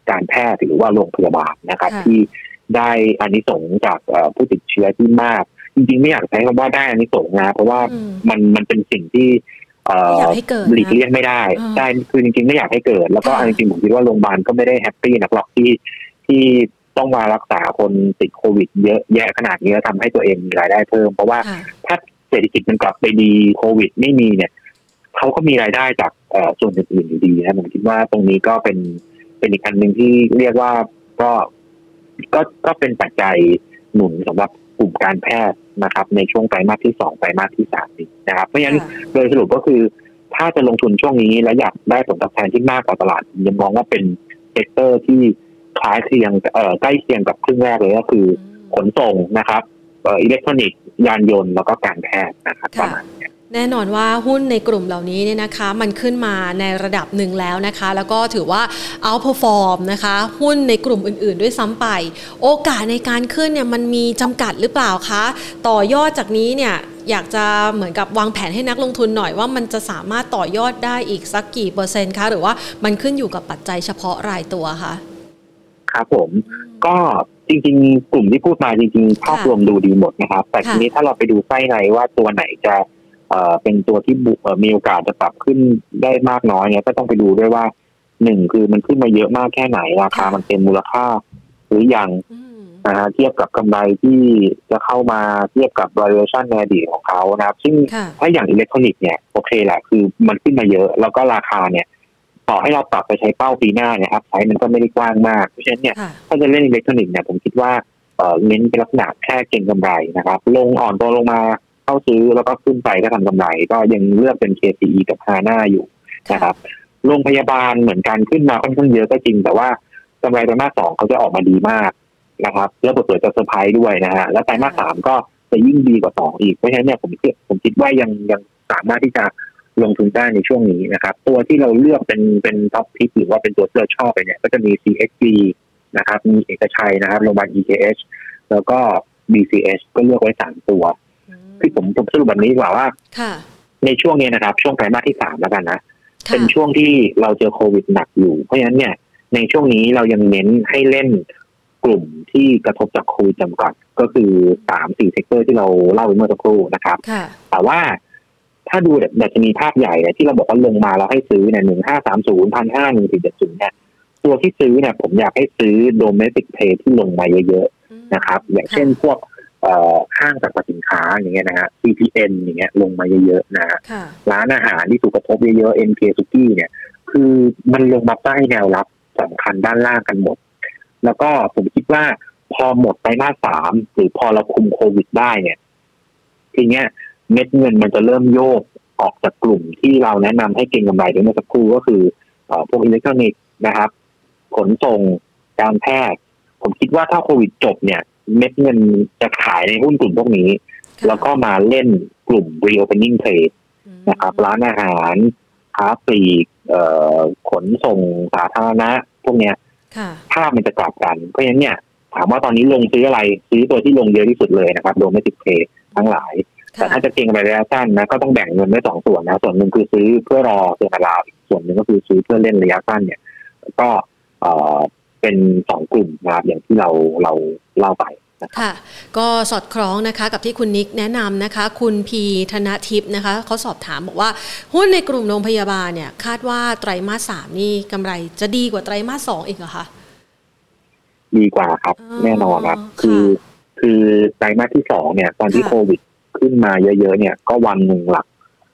การแพทย์หรือว่าโรงพยาบาลนะครับที่ได้อานิสงส์จากผู้ติดเชื้อที่มากจริงๆไม่อยากใช้คำว่าได้อานิสงส์นะเพราะว่ามันเป็นสิ่งที่หลีกเลี่ยงไม่ได้ใช่คือจริงๆไม่อยากให้เกิดแล้วก็จริงๆผมคิดว่าโรงพยาบาลก็ไม่ได้แฮปปี้นักหรอกที่ต้องมารักษาคนติดโควิดเยอะแยะขนาดนี้แล้วทำให้ตัวเองมีรายได้เพิ่มเพราะว่าถ้าเศรษฐกิจมันกลับไปดีโควิดไม่มีเนี่ยเขาก็มีรายได้จากส่วนอื่นๆอยู่ดีนะผมคิดว่าตรงนี้ก็เป็นอีกอันหนึ่งที่เรียกว่าก็เป็นปัจจัยหนุนสำหรับกลุ่มการแพทย์นะครับในช่วงไตรมาสที่2ไตรมาสที่3นี้นะครับเพราะฉะนั้นโดยสรุปก็คือถ้าจะลงทุนช่วงนี้และอยากได้ผลตอบแทนที่มากกว่าตลาดยังมองว่าเป็นเซกเตอร์ที่คล้ายเคียงใกล้เคียงกับครึ่งแรกเลยก็คือขนส่งนะครับอิเล็กทรอนิกส์ยานยนต์แล้วก็การแพทย์นะครับประมาณนี้แน่นอนว่าหุ้นในกลุ่มเหล่านี้เนี่ยนะคะมันขึ้นมาในระดับหนึ่งแล้วนะคะแล้วก็ถือว่า outperform นะคะหุ้นในกลุ่มอื่นๆด้วยซ้ำไปโอกาสในการขึ้นเนี่ยมันมีจำกัดหรือเปล่าคะต่อยอดจากนี้เนี่ยอยากจะเหมือนกับวางแผนให้นักลงทุนหน่อยว่ามันจะสามารถต่อยอดได้อีกสักกี่เปอร์เซ็นต์คะหรือว่ามันขึ้นอยู่กับปัจจัยเฉพาะรายตัวคะครับผมก็จริงๆกลุ่มที่พูดมาจริงๆภาพรวมดูดีหมดนะครับแต่ทีนี้ถ้าเราไปดูไส้ในว่าตัวไหนจะเป็นตัวที่มีโอกาสจะปรับขึ้นได้มากน้อยเนี่ยก็ต้องไปดูด้วยว่า1คือมันขึ้นมาเยอะมากแค่ไหนราคามันเป็นมูลค่าหรือยังนะฮะเทียบกับกำไรที่จะเข้ามาเทียบกับ valuation ในอดีตของเขานะครับซึ่งถ้าอย่างอิเล็กทรอนิกส์เนี่ยโอเคแหละคือมันขึ้นมาเยอะแล้วก็ราคาเนี่ยต่อให้เราปรับไปใช้เป้าปีหน้าเนี่ยอัพไซด์มันก็ไม่ได้กว้างมากเพราะฉะนั้นเนี่ยถ้าจะเล่นอิเล็กทรอนิกส์เนี่ยผมคิดว่าเน้นเป็นลักษณะแค่เก็งกำไรนะครับลงอ่อนตัวลงมาเข้าซื้อแล้วก็ขึ้นไปก็ทำกำไรก็ยังเลือกเป็น KCE กับ HANA อยู่นะครับโรงพยาบาลเหมือนกันขึ้นมาค่อนข้างเยอะก็จริงแต่ว่ากำไรไตรมาส 2เขาจะออกมาดีมากนะครับแล้วเปิดจะเซอร์ไพรส์ด้วยนะฮะแล้วไตรมาส 3ก็จะยิ่งดีกว่า2อีกเพราะฉะนั้นเนี่ยผมคิดว่ายังสามารถที่จะลงทุนได้ในช่วงนี้นะครับตัวที่เราเลือกเป็นท็อปพิกหรือว่าเป็นตัวที่เราชอบไปเนี่ยก็จะมี CXG นะครับมีเอกชัยนะครับโรงพยาบาล EKH แล้วก็ BCH ก็เลือกไว้3ตัวที่ผมสรุปแบบนี้ดีกว่าว่าในช่วงนี้นะครับช่วงไตรมาสที่3แล้วกันนะเป็นช่วงที่เราเจอโควิดหนักอยู่เพราะฉะนั้นเนี่ยในช่วงนี้เรายังเน้นให้เล่นกลุ่มที่กระทบจากโควิดจำกัดก็คือ 3-4 เซกเตอร์ที่เราเล่าไปเมื่อสักครู่นะครับแต่ว่าถ้าดูดัชนีภาพใหญ่ที่เราบอกว่าลงมาเราให้ซื้อเนี่ย1530 1,500 1,470เนี่ยตัวที่ซื้อเนี่ยผมอยากให้ซื้อ Domestic Play ที่ลงมาเยอะๆนะครับอย่างเช่นพวกห้างสรรพสินค้าอย่างเงี้ยนะฮะ CPN อย่างเงี้ยลงมาเยอะๆนะร้านอาหารที่ถูกกระทบเยอะๆ NK Suki เนี่ยคือมันลงมาใต้แนวรับสำคัญด้านล่างกันหมดแล้วก็ผมคิดว่าพอหมดไตรมาส 3หรือพอเราคุมโควิดได้เนี่ยทีเนี้ยเม็ดเงินมันจะเริ่มโยกออกจากกลุ่มที่เราแนะนำให้เก็งกำไรเมื่อสักครู่ก็คือพวกอิเล็กทรอนิกส์นะครับขนส่งการแพทย์ผมคิดว่าถ้าโควิดจบเนี่ยเม็ดเงินจะขายในหุ้นกลุ่มพวกนี้แล้วก็มาเล่นกลุ่ม reopening trade นะครับร้านอาหารค้าปลีกขนส่งสาธารณะพวกเนี้ยภาพมันจะกลับกันเพราะฉะนั้นเนี่ยถามว่าตอนนี้ลงซื้ออะไรซื้อตัวที่ลงเยอะที่สุดเลยนะครับโดยไม่ติดเพย์ทั้งหลายแต่ถ้าจะเก็งระยะสั้นนะก็ต้องแบ่งเงินไว้2ส่วนนะส่วนหนึ่งคือซื้อเพื่อรอเซอร์ไพรส์อีกส่วนหนึ่งก็คือซื้อเพื่อเล่นระยะสั้นเนี่ยก็เป็น2กลุ่มนะครับอย่างที่เราเล่าไปค่ะก็สอดคล้องนะคะกับที่คุณนิกแนะนำนะคะคุณพีธนทิพย์นะคะเขาสอบถามบอกว่าหุ้นในกลุ่มโรงพยาบาลเนี่ยคาดว่าไตรมาส 3นี่กำไรจะดีกว่าไตรมาส 2อีกเหรอคะดีกว่าครับแน่นอนครับคือไตรมาสที่2เนี่ยตอนที่โควิดขึ้นมาเยอะๆเนี่ยก็วันหนึ่งหลัก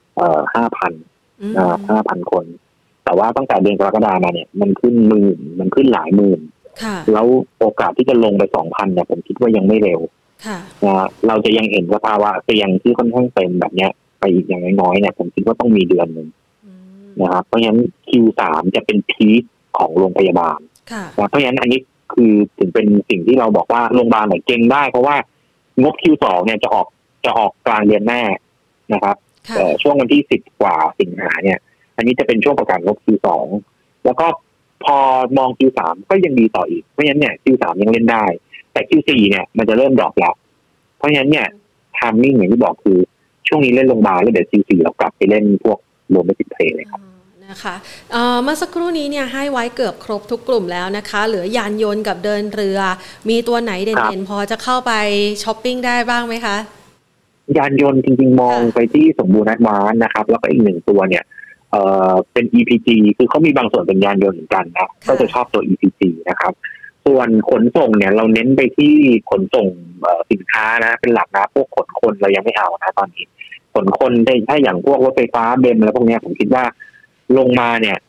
5,000 คนแต่ว่าตั้งแต่เดือนกรกฎาคมมาเนี่ยมันขึ้นหลายหมื่นแล้วโอกาสที่จะลงไป 2,000 เนี่ยผมคิดว่ายังไม่เร็วเราจะยังเห็นสภาวะเตียงที่ค่อนข้างเต็มแบบเนี้ยไปอีกอย่างน้อยๆเนี่ยผมคิดว่าต้องมีเดือนนึงนะครับเพราะฉะนั้น Q3 จะเป็นพีคของโรงพยาบาลเพราะฉะนั้นอันนี้คือถึงเป็นสิ่งที่เราบอกว่าโรงพยาบาลเนี่ยเก่งได้เพราะว่างบ Q2 เนี่ยจะออกกลางเดือนหน้านะครับช่วงวันที่10 กว่าสิงหาเนี่ยอันนี้จะเป็นช่วงประกาศงบ Q2 แล้วก็พอมอง Q3 ก็ยังดีต่ออีกเพราะฉะนั้นเนี่ย Q3 ยังเล่นได้แต่ Q4 เนี่ยมันจะเริ่มดรอปแล้วเพราะฉะนั้นเนี่ยไทมิ่งอย่างที่บอกคือช่วงนี้เล่นโรงพยาบาลแล้วเดี๋ยว Q4 เรากลับไปเล่นพวกโรแมนติกเพลย์เลยครับนนะคะเมื่อสักครู่นี้เนี่ยให้ไว้เกือบครบทุกกลุ่มแล้วนะคะเหลือยานยนต์กับเดินเรือมีตัวไหนเด่นๆพอจะเข้าไปช้อปปิ้งได้บ้างไหมคะยานยนต์จริงๆมองไปที่สมบูรณ์แอดวานซ์นะครับแล้วก็อีกหนึ่งตัวเนี่ยเป็น EPG คือเขามีบางส่วนเป็นยานยนต์เหมือนกันนะก็จะชอบตัว EPG นะครับส่วนขนส่งเนี่ยเราเน้นไปที่ขนส่งสินค้านะเป็นหลักนะพวกขนคนเรายังไม่เอานะตอนนี้ขนคนได้ถ้าอย่างพวกรถไฟฟ้าเบมอะไรพวกนี้ผมคิดว่าลงมาเนี่ย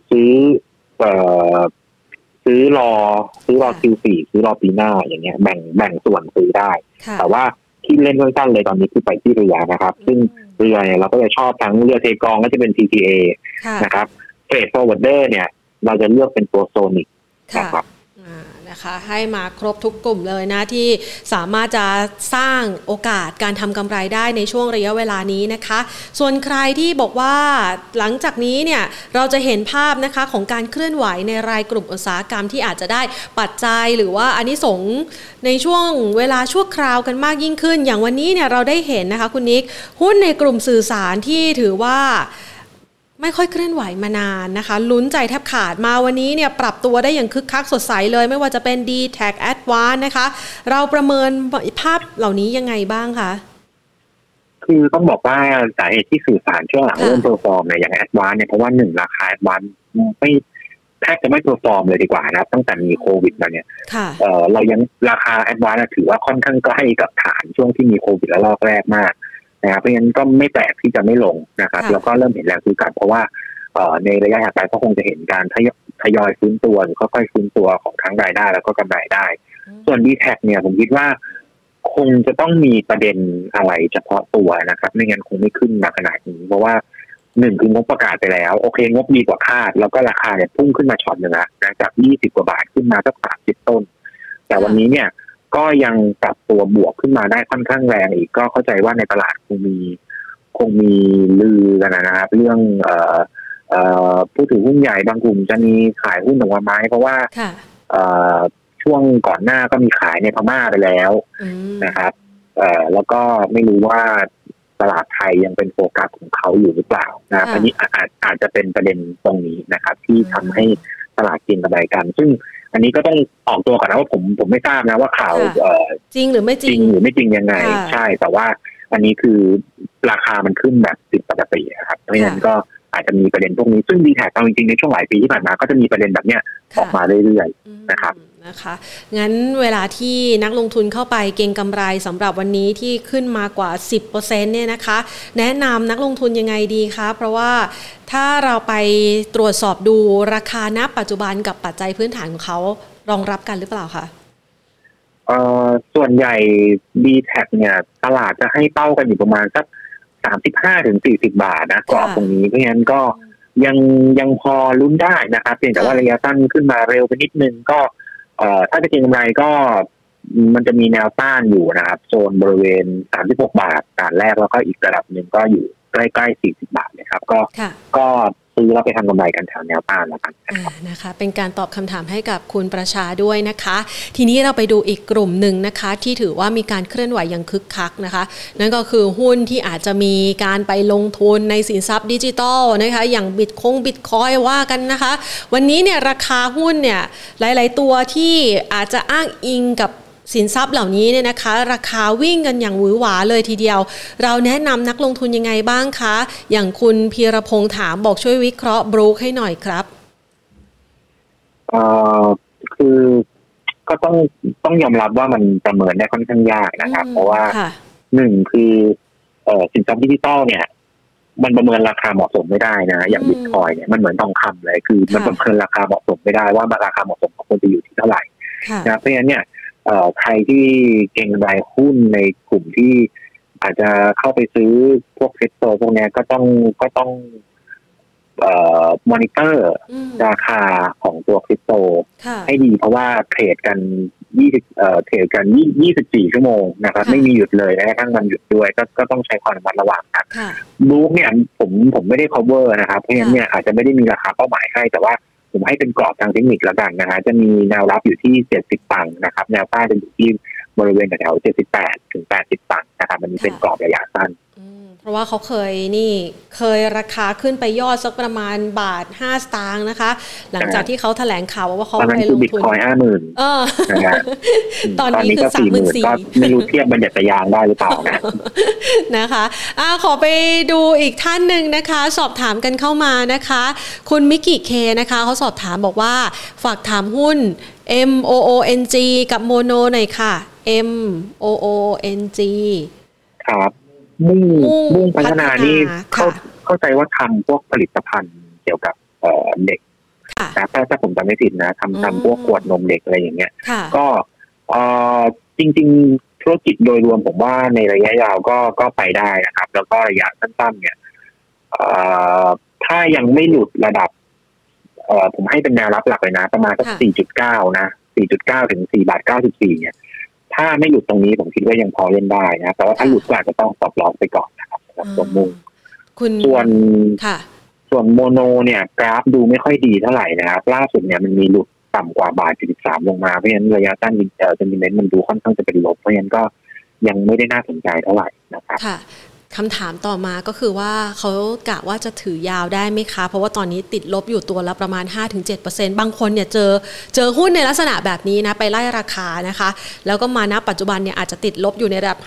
ซื้อรอQ4 ซื้อรอปีหน้าอย่างเงี้ยแบ่งส่วนซื้อได้แต่ว่าที่เล่นสั้นๆเลยตอนนี้คือไปที่เรือนะครับซึ่งเรือเนี่ยเราก็จะชอบทั้งเรือเทกองก็จะเป็น TTA นะครับเฟรดฟอร์เวิร์ดเดอร์เนี่ยเราจะเลือกเป็นตัวโซนิกนะครับนะคะให้มาครบทุกกลุ่มเลยนะที่สามารถจะสร้างโอกาสการทำกำไรได้ในช่วงระยะเวลานี้นะคะส่วนใครที่บอกว่าหลังจากนี้เนี่ยเราจะเห็นภาพนะคะของการเคลื่อนไหวในรายกลุ่มอุตสาหกรรมที่อาจจะได้ปัจจัยหรือว่าอานิสงส์ในช่วงเวลาชั่วคราวกันมากยิ่งขึ้นอย่างวันนี้เนี่ยเราได้เห็นนะคะคุณนิกหุ้นในกลุ่มสื่อสารที่ถือว่าไม่ค่อยเคลื่อนไหวมานานนะคะลุ้นใจแทบขาดมาวันนี้เนี่ยปรับตัวได้อย่างคึกคักสดใสเลยไม่ว่าจะเป็น D-Tech Advance นะคะเราประเมินภาพเหล่านี้ยังไงบ้างคะคือต้องบอกว่าสาเหตุที่สื่อสารช่วงหลังเริ่มเพอร์ฟอร์มเนี่ยอย่าง Advance เนี่ยเพราะว่า1ราคา Advance ไม่แทบจะไม่เพอร์ฟอร์มเลยดีกว่านะตั้งแต่มีโควิดมาเนี่ยเรายังราคา Advance ถือว่าค่อนข้างใกล้กับฐานช่วงที่มีโควิดระลอกแรกมากเพราะฉะนั้นก็ไม่แปลกที่จะไม่ลงนะครับแล้วก็เริ่มเห็นแรงซื้อกลับเพราะว่าในระยะถัดไปก็คงจะเห็นการทยอยฟื้นตัวหรือค่อยๆฟื้นตัวของทั้งรายได้แล้วก็กำไรได้ส่วน D-Tech เนี่ยผมคิดว่าคงจะต้องมีประเด็นอะไรเฉพาะตัวนะครับไม่งั้นคงไม่ขึ้นมาขนาดนี้เพราะว่า1คืองบประกาศไปแล้วโอเคงบดีกว่าคาดแล้วก็ราคาเนี่ยพุ่งขึ้นมาช็อตนึงนะจาก20 กว่าบาทขึ้นมาสัก30 ต้นแต่วันนี้เนี่ยก็ยังปรับตัวบวกขึ้นมาได้ค่อนข้างแรงอีกก็เข้าใจว่าในตลาดคงมีลือกันนะครับเรื่องผู้ถือหุ้นใหญ่บางกลุ่มจะมีขายหุ้นออกมาไหมเพราะว่าช่วงก่อนหน้าก็มีขายในพม่าไปแล้วนะครับแล้วก็ไม่รู้ว่าตลาดไทยยังเป็นโฟกัสของเขาอยู่หรือเปล่านะครับอันนี้อาจจะเป็นประเด็นตรงนี้นะครับที่ทำให้ตลาดกินกำไรกันซึ่งอันนี้ก็ต้องออกตัวก่อนนะว่าผมไม่ทราบนะว่าข่าวจริงหรือไม่จริงยังไงใช่แต่ว่าอันนี้คือราคามันขึ้นแบบผิดปกติครับเพราะฉะนั้นก็อาจจะมีประเด็นพวกนี้ซึ่ง D-Tech เอาจริงๆในช่วงหลายปีที่ผ่านมาก็จะมีประเด็นแบบเนี้ยออกมาเรื่อยๆนะครับนะคะงั้นเวลาที่นักลงทุนเข้าไปเก็งกำไรสำหรับวันนี้ที่ขึ้นมากว่า 10% เนี่ยนะคะแนะนำนักลงทุนยังไงดีคะเพราะว่าถ้าเราไปตรวจสอบดูราคาณปัจจุบันกับปัจจัยพื้นฐานของเขารองรับกันหรือเปล่าคะส่วนใหญ่ D-Tech เนี่ยตลาดจะให้เป้ากันอยู่ประมาณสัก35-40 บาทนะกรอบตรงนี้เพราะฉะนั้นก็ยังพอลุ้นได้นะครับเพียงแต่ว่าระยะสั้นขึ้นมาเร็วไปนิดนึงก็ถ้าจะเก็งกำไรก็มันจะมีแนวต้านอยู่นะครับโซนบริเวณ36 บาทฐานแรกแล้วก็อีกระดับหนึ่งก็อยู่ใกล้ๆ40 บาทนะครับก็ซื้อเราไปทำกำไรกันแถวแนวต้านแล้วกันนะคะเป็นการตอบคำถามให้กับคุณประชาด้วยนะคะทีนี้เราไปดูอีกกลุ่มหนึ่งนะคะที่ถือว่ามีการเคลื่อนไหวอย่างคึกคักนะคะนั่นก็คือหุ้นที่อาจจะมีการไปลงทุนในสินทรัพย์ดิจิทัลนะคะอย่างบิตคอยว่ากันนะคะวันนี้เนี่ยราคาหุ้นเนี่ยหลายๆตัวที่อาจจะอ้างอิงกับสินทรัพย์เหล่านี้เนี่ยนะคะราคาวิ่งกันอย่างหวือหวาเลยทีเดียวเราแนะนำนักลงทุนยังไงบ้างคะอย่างคุณพีรพงษ์ถามบอกช่วยวิเคราะห์บรูคให้หน่อยครับคือก็ต้องยอมรับว่ามันประเมินได้ค่อนข้างยากนะครับเพราะว่า1คือสินทรัพย์ดิจิทัลเนี่ยมันประเมินราคาเหมาะสมไม่ได้นะอย่างบิตคอยเนี่ยมันเหมือนทองคำเลยคือมันประเมินราคาเหมาะสมไม่ได้ว่าราคาเหมาะสมของคนจะอยู่ที่เท่าไหร่นะเพราะฉะนั้นเนี่ยใครที่เก็งกำไรหุ้นในกลุ่มที่อาจจะเข้าไปซื้อพวกคริปโตพวกนี้ก็ต้องมอนิเตอร์ราคาของตัวคริปโตให้ดีเพราะว่าเทรดกัน24 ชั่วโมงนะครับไม่มีหยุดเลยแม้กระทั่งวันหยุดด้วยก็ต้องใช้ความระมัดระวังครับลูกเนี่ยผมไม่ได้ cover นะครับเพราะฉะนั้นเนี่ยอาจจะไม่ได้มีราคาเป้าหมายให้แต่ว่าผมให้เป็นกรอบทางเทคนิคแล้วกันนะฮะจะมีแนวรับอยู่ที่70 ตังค์นะครับแนวต้านจะอยู่ที่บริเวณแถว78 ถึง 80 ตังค์นะครับมันเป็นกรอบระยะสั้นราะว่าเขาเคยราคาขึ้นไปยอดสักประมาณบาท5 สตางค์นะคะหลังจากที่เขาแถลงข่าวว่าเขาไปลงทุนบิตคอยน์ 50,000 นะฮะตอนนี้คือ 34,000 ก็ไม่รู้เทียบบัญญัติยางได้หรือเปล่านะนะคะขอไปดูอีกท่านหนึ่งนะคะสอบถามกันเข้ามานะคะคุณมิกิเคนะคะเขาสอบถามบอกว่าฝากถามหุ้น MOONG กับโมโนหน่อยค่ะ MOONG ครับมุ่งพัฒนานี่เข้าใจว่าทำพวกผลิตภัณฑ์เกี่ยวกับเด็กนะถ้าผมจำไม่ผิดนะทำพวกขวดนมเด็กอะไรอย่างเงี้ยก็จริงๆธุรกิจโดยรวมผมว่าในระยะยาวก็ไปได้นะครับแล้วก็ระยะสั้นๆเนี่ยถ้ายังไม่หลุดระดับผมให้เป็นแนวรับหลักเลยนะประมาณสัก 4.9 นะ 4.9 ถึง 4.94 เนี่ยถ้าไม่หลุดตรงนี้ผมคิดว่ายังพอเล่นได้นะแต่ว่าถ้าหลุดก็อาจจะต้องstop lossไปก่อนนะครับตัวมุ่งส่วนโมโนเนี่ยกราฟดูไม่ค่อยดีเท่าไหร่นะครับล่าสุดเนี่ยมันมีหลุดต่ำกว่าบาท 43 ลงมาเพราะฉะนั้นระยะสั้นเซนติเมนต์มันดูค่อนข้างจะเป็นลบเพราะฉะนั้นก็ยังไม่ได้น่าสนใจเท่าไหร่นะครับคำถามต่อมาก็คือว่าเขากะว่าจะถือยาวได้ไหมคะเพราะว่าตอนนี้ติดลบอยู่ตัวละประมาณ 5-7% บางคนเนี่ยเจอหุ้นในลักษณะแบบนี้นะไปไล่ราคานะคะแล้วก็มาณปัจจุบันเนี่ยอาจจะติดลบอยู่ในระดับ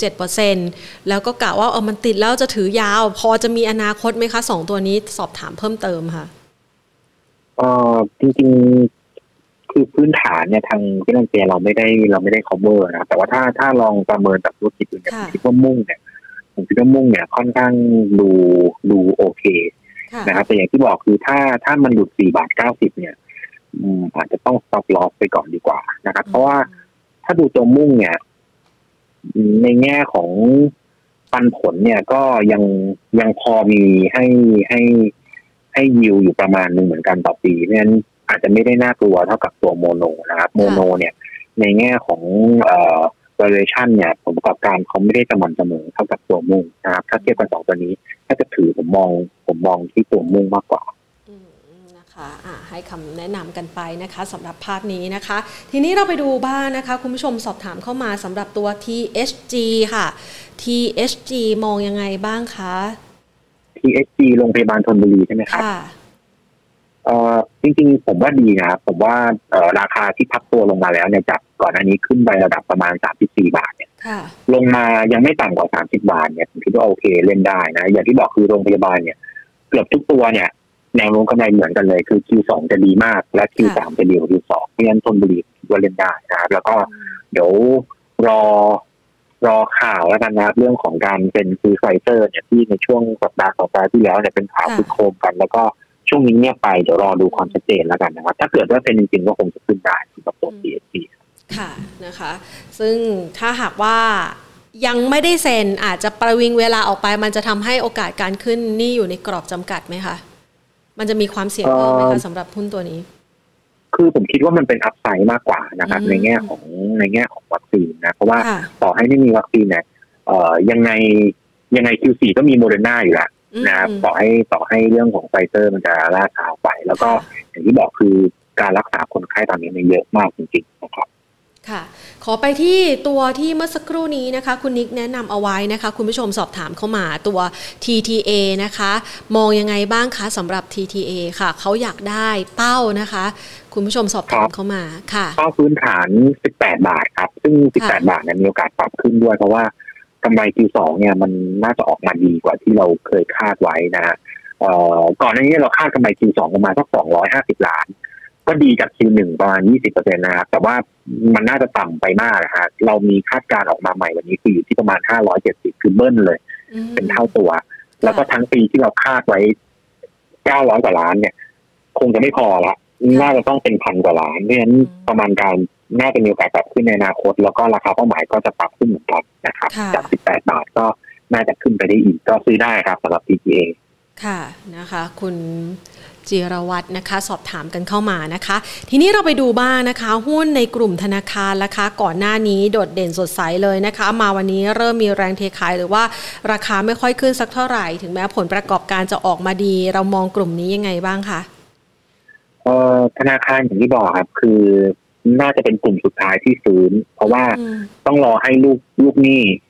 5-7% แล้วก็กะว่ามันติดแล้วจะถือยาวพอจะมีอนาคตไหมคะ2ตัวนี้สอบถามเพิ่มเติมค่ะจริงๆคือพื้นฐานเนี่ยทางฟินแลนเซียเราไม่ได้ cover นะแต่ว่าถ้าลองประเมินจากธุรกิจอื่นเนี่ยคิดว่ามุ่งเนี่ยค่อนข้างดูโอเคนะครับแต่อย่างที่บอกคือถ้ามันหลุด4.90 เนี่ยอาจจะต้อง stop loss ไปก่อนดีกว่านะครับเพราะว่าถ้าดูตัวมุ่งเนี่ยในแง่ของปันผลเนี่ยก็ยังพอมีให้ยิวอยู่ประมาณนึงเหมือนกันต่อปีเพราะฉะนั้นอาจจะไม่ได้น่ากลัวเท่ากับตัวโมโนนะครับโมโนเนี่ยในแง่ของvaluation เนี่ยผลประกอบการเขาไม่ได้สม่ำเสมอเท่ากับตัวมุ่งนะครับถ้าเทียบกัน2ตัวนี้ถ้าจะถือผมมองที่ตัวมุ่งมากกว่านะคะให้คำแนะนำกันไปนะคะสำหรับภาพนี้นะคะทีนี้เราไปดูบ้างนะคะคุณผู้ชมสอบถามเข้ามาสำหรับตัว THG ค่ะ THG มองยังไงบ้างคะ THG โรงพยาบาลธนบุรีใช่ไหมครับจริงๆผมว่าดีนะครับผมว่าราคาที่พักตัวลงมาแล้วเนี่ยจากก่อนหน้านี้ขึ้นไประดับประมาณ34 บาทเนี่ยลงมายังไม่ต่ำกว่า30 บาทเนี่ยผมคิดว่าโอเคเล่นได้นะอย่างที่บอกคือโรงพยาบาลเนี่ยเกือบทุกตัวเนี่ยแนวโน้มกำไรเหมือนกันเลยคือ Q2 จะดีมากและ Q3 จะดีกว่า Q2 เพราะฉะนั้นธนบุรีคิดว่าเล่นได้นะครับแล้วก็เดี๋ยวรอข่าวแล้วกันนะครับเรื่องของการเป็นซื้อไฟเซอร์เนี่ยที่ในช่วงสัปดาห์2 สัปดาห์ที่แล้วเนี่ยเป็นข่าวคึกโครมกันแล้วก็ช่วงนี้เงียบไปเดี๋ยวรอดูความชัดเจนแล้วกันนะครับถ้าเกิดว่าเป็นจริงๆก็คงจะขึ้นได้สำหรับตัว THG ค่ะนะคะซึ่งถ้าหากว่ายังไม่ได้เซ็นอาจจะประวิงเวลาออกไปมันจะทำให้โอกาสการขึ้นนี่อยู่ในกรอบจำกัดไหมคะมันจะมีความเสี่ยงเพิ่มไหมคะสำหรับหุ้นตัวนี้คือผมคิดว่ามันเป็นอัพไซด์มากกว่านะครับในแง่ของวัคซีนนะเพราะว่าต่อให้ไม่มีวัคซีนเนี่ยยังไง Q4 ก็มีโมเดอร์นาอยู่แล้วนะครับต่อให้เรื่องของไฟเซอร์มันจะล่าช้าไปแล้วก็อย่างที่บอกคือการรักษาคนไข้ตอนนี้มันเยอะมากจริงๆนะครับค่ะขอไปที่ตัวที่เมื่อสักครู่นี้นะคะคุณนิกแนะนำเอาไว้นะคะคุณผู้ชมสอบถามเข้ามาตัว TTA นะคะมองยังไงบ้างคะสำหรับ TTA ค่ะเขาอยากได้เป้านะคะคุณผู้ชมสอบถามเข้ามาค่ะเป้าพื้นฐาน18 บาทครับซึ่ง18 บาทเนี่ยมีโอกาสปรับขึ้นด้วยเพราะว่ากำไร Q2 เนี่ยมันน่าจะออกมาดีกว่าที่เราเคยคาดไว้นะฮะก่อนหน้านี้เราคาดกำไร Q2 ประมาณสัก250 ล้านก็ดีจาก Q1 ประมาณ 20% นะครับแต่ว่ามันน่าจะต่ำไปมากนะฮะเรามีคาดการณ์ออกมาใหม่วันนี้คืออยู่ที่ประมาณ570คือเบิ้ลเลยเป็นเท่าตัวแล้วก็ทั้งปีที่เราคาดไว้900 กว่าล้านเนี่ยคงจะไม่พอละน่าจะต้องเป็น1,000 กว่าล้านเพราะฉะนั้นประมาณการน่าจะมีโอกาสปรับขึ้นในอนาคตแล้วก็ราคาเป้าหมายก็จะปรับขึ้นเหมือนกันนะครับจาก18 บาทก็น่าจะขึ้นไปได้อีกก็ซื้อได้ครับสำหรับ TTA ค่ะนะคะคุณจิรวัฒน์นะคะสอบถามกันเข้ามานะคะทีนี้เราไปดูบ้างนะคะหุ้นในกลุ่มธนาคารราคาก่อนหน้านี้โดดเด่นสดใสเลยนะคะมาวันนี้เริ่มมีแรงเทขายหรือว่าราคาไม่ค่อยขึ้นสักเท่าไหร่ถึงแม้ผลประกอบการจะออกมาดีเรามองกลุ่มนี้ยังไงบ้างคะธนาคารอย่างที่บอกครับคือน่าจะเป็นกลุ่มสุดท้ายที่ฟื้นเพราะว่าต้องรอให้ลูกหนี้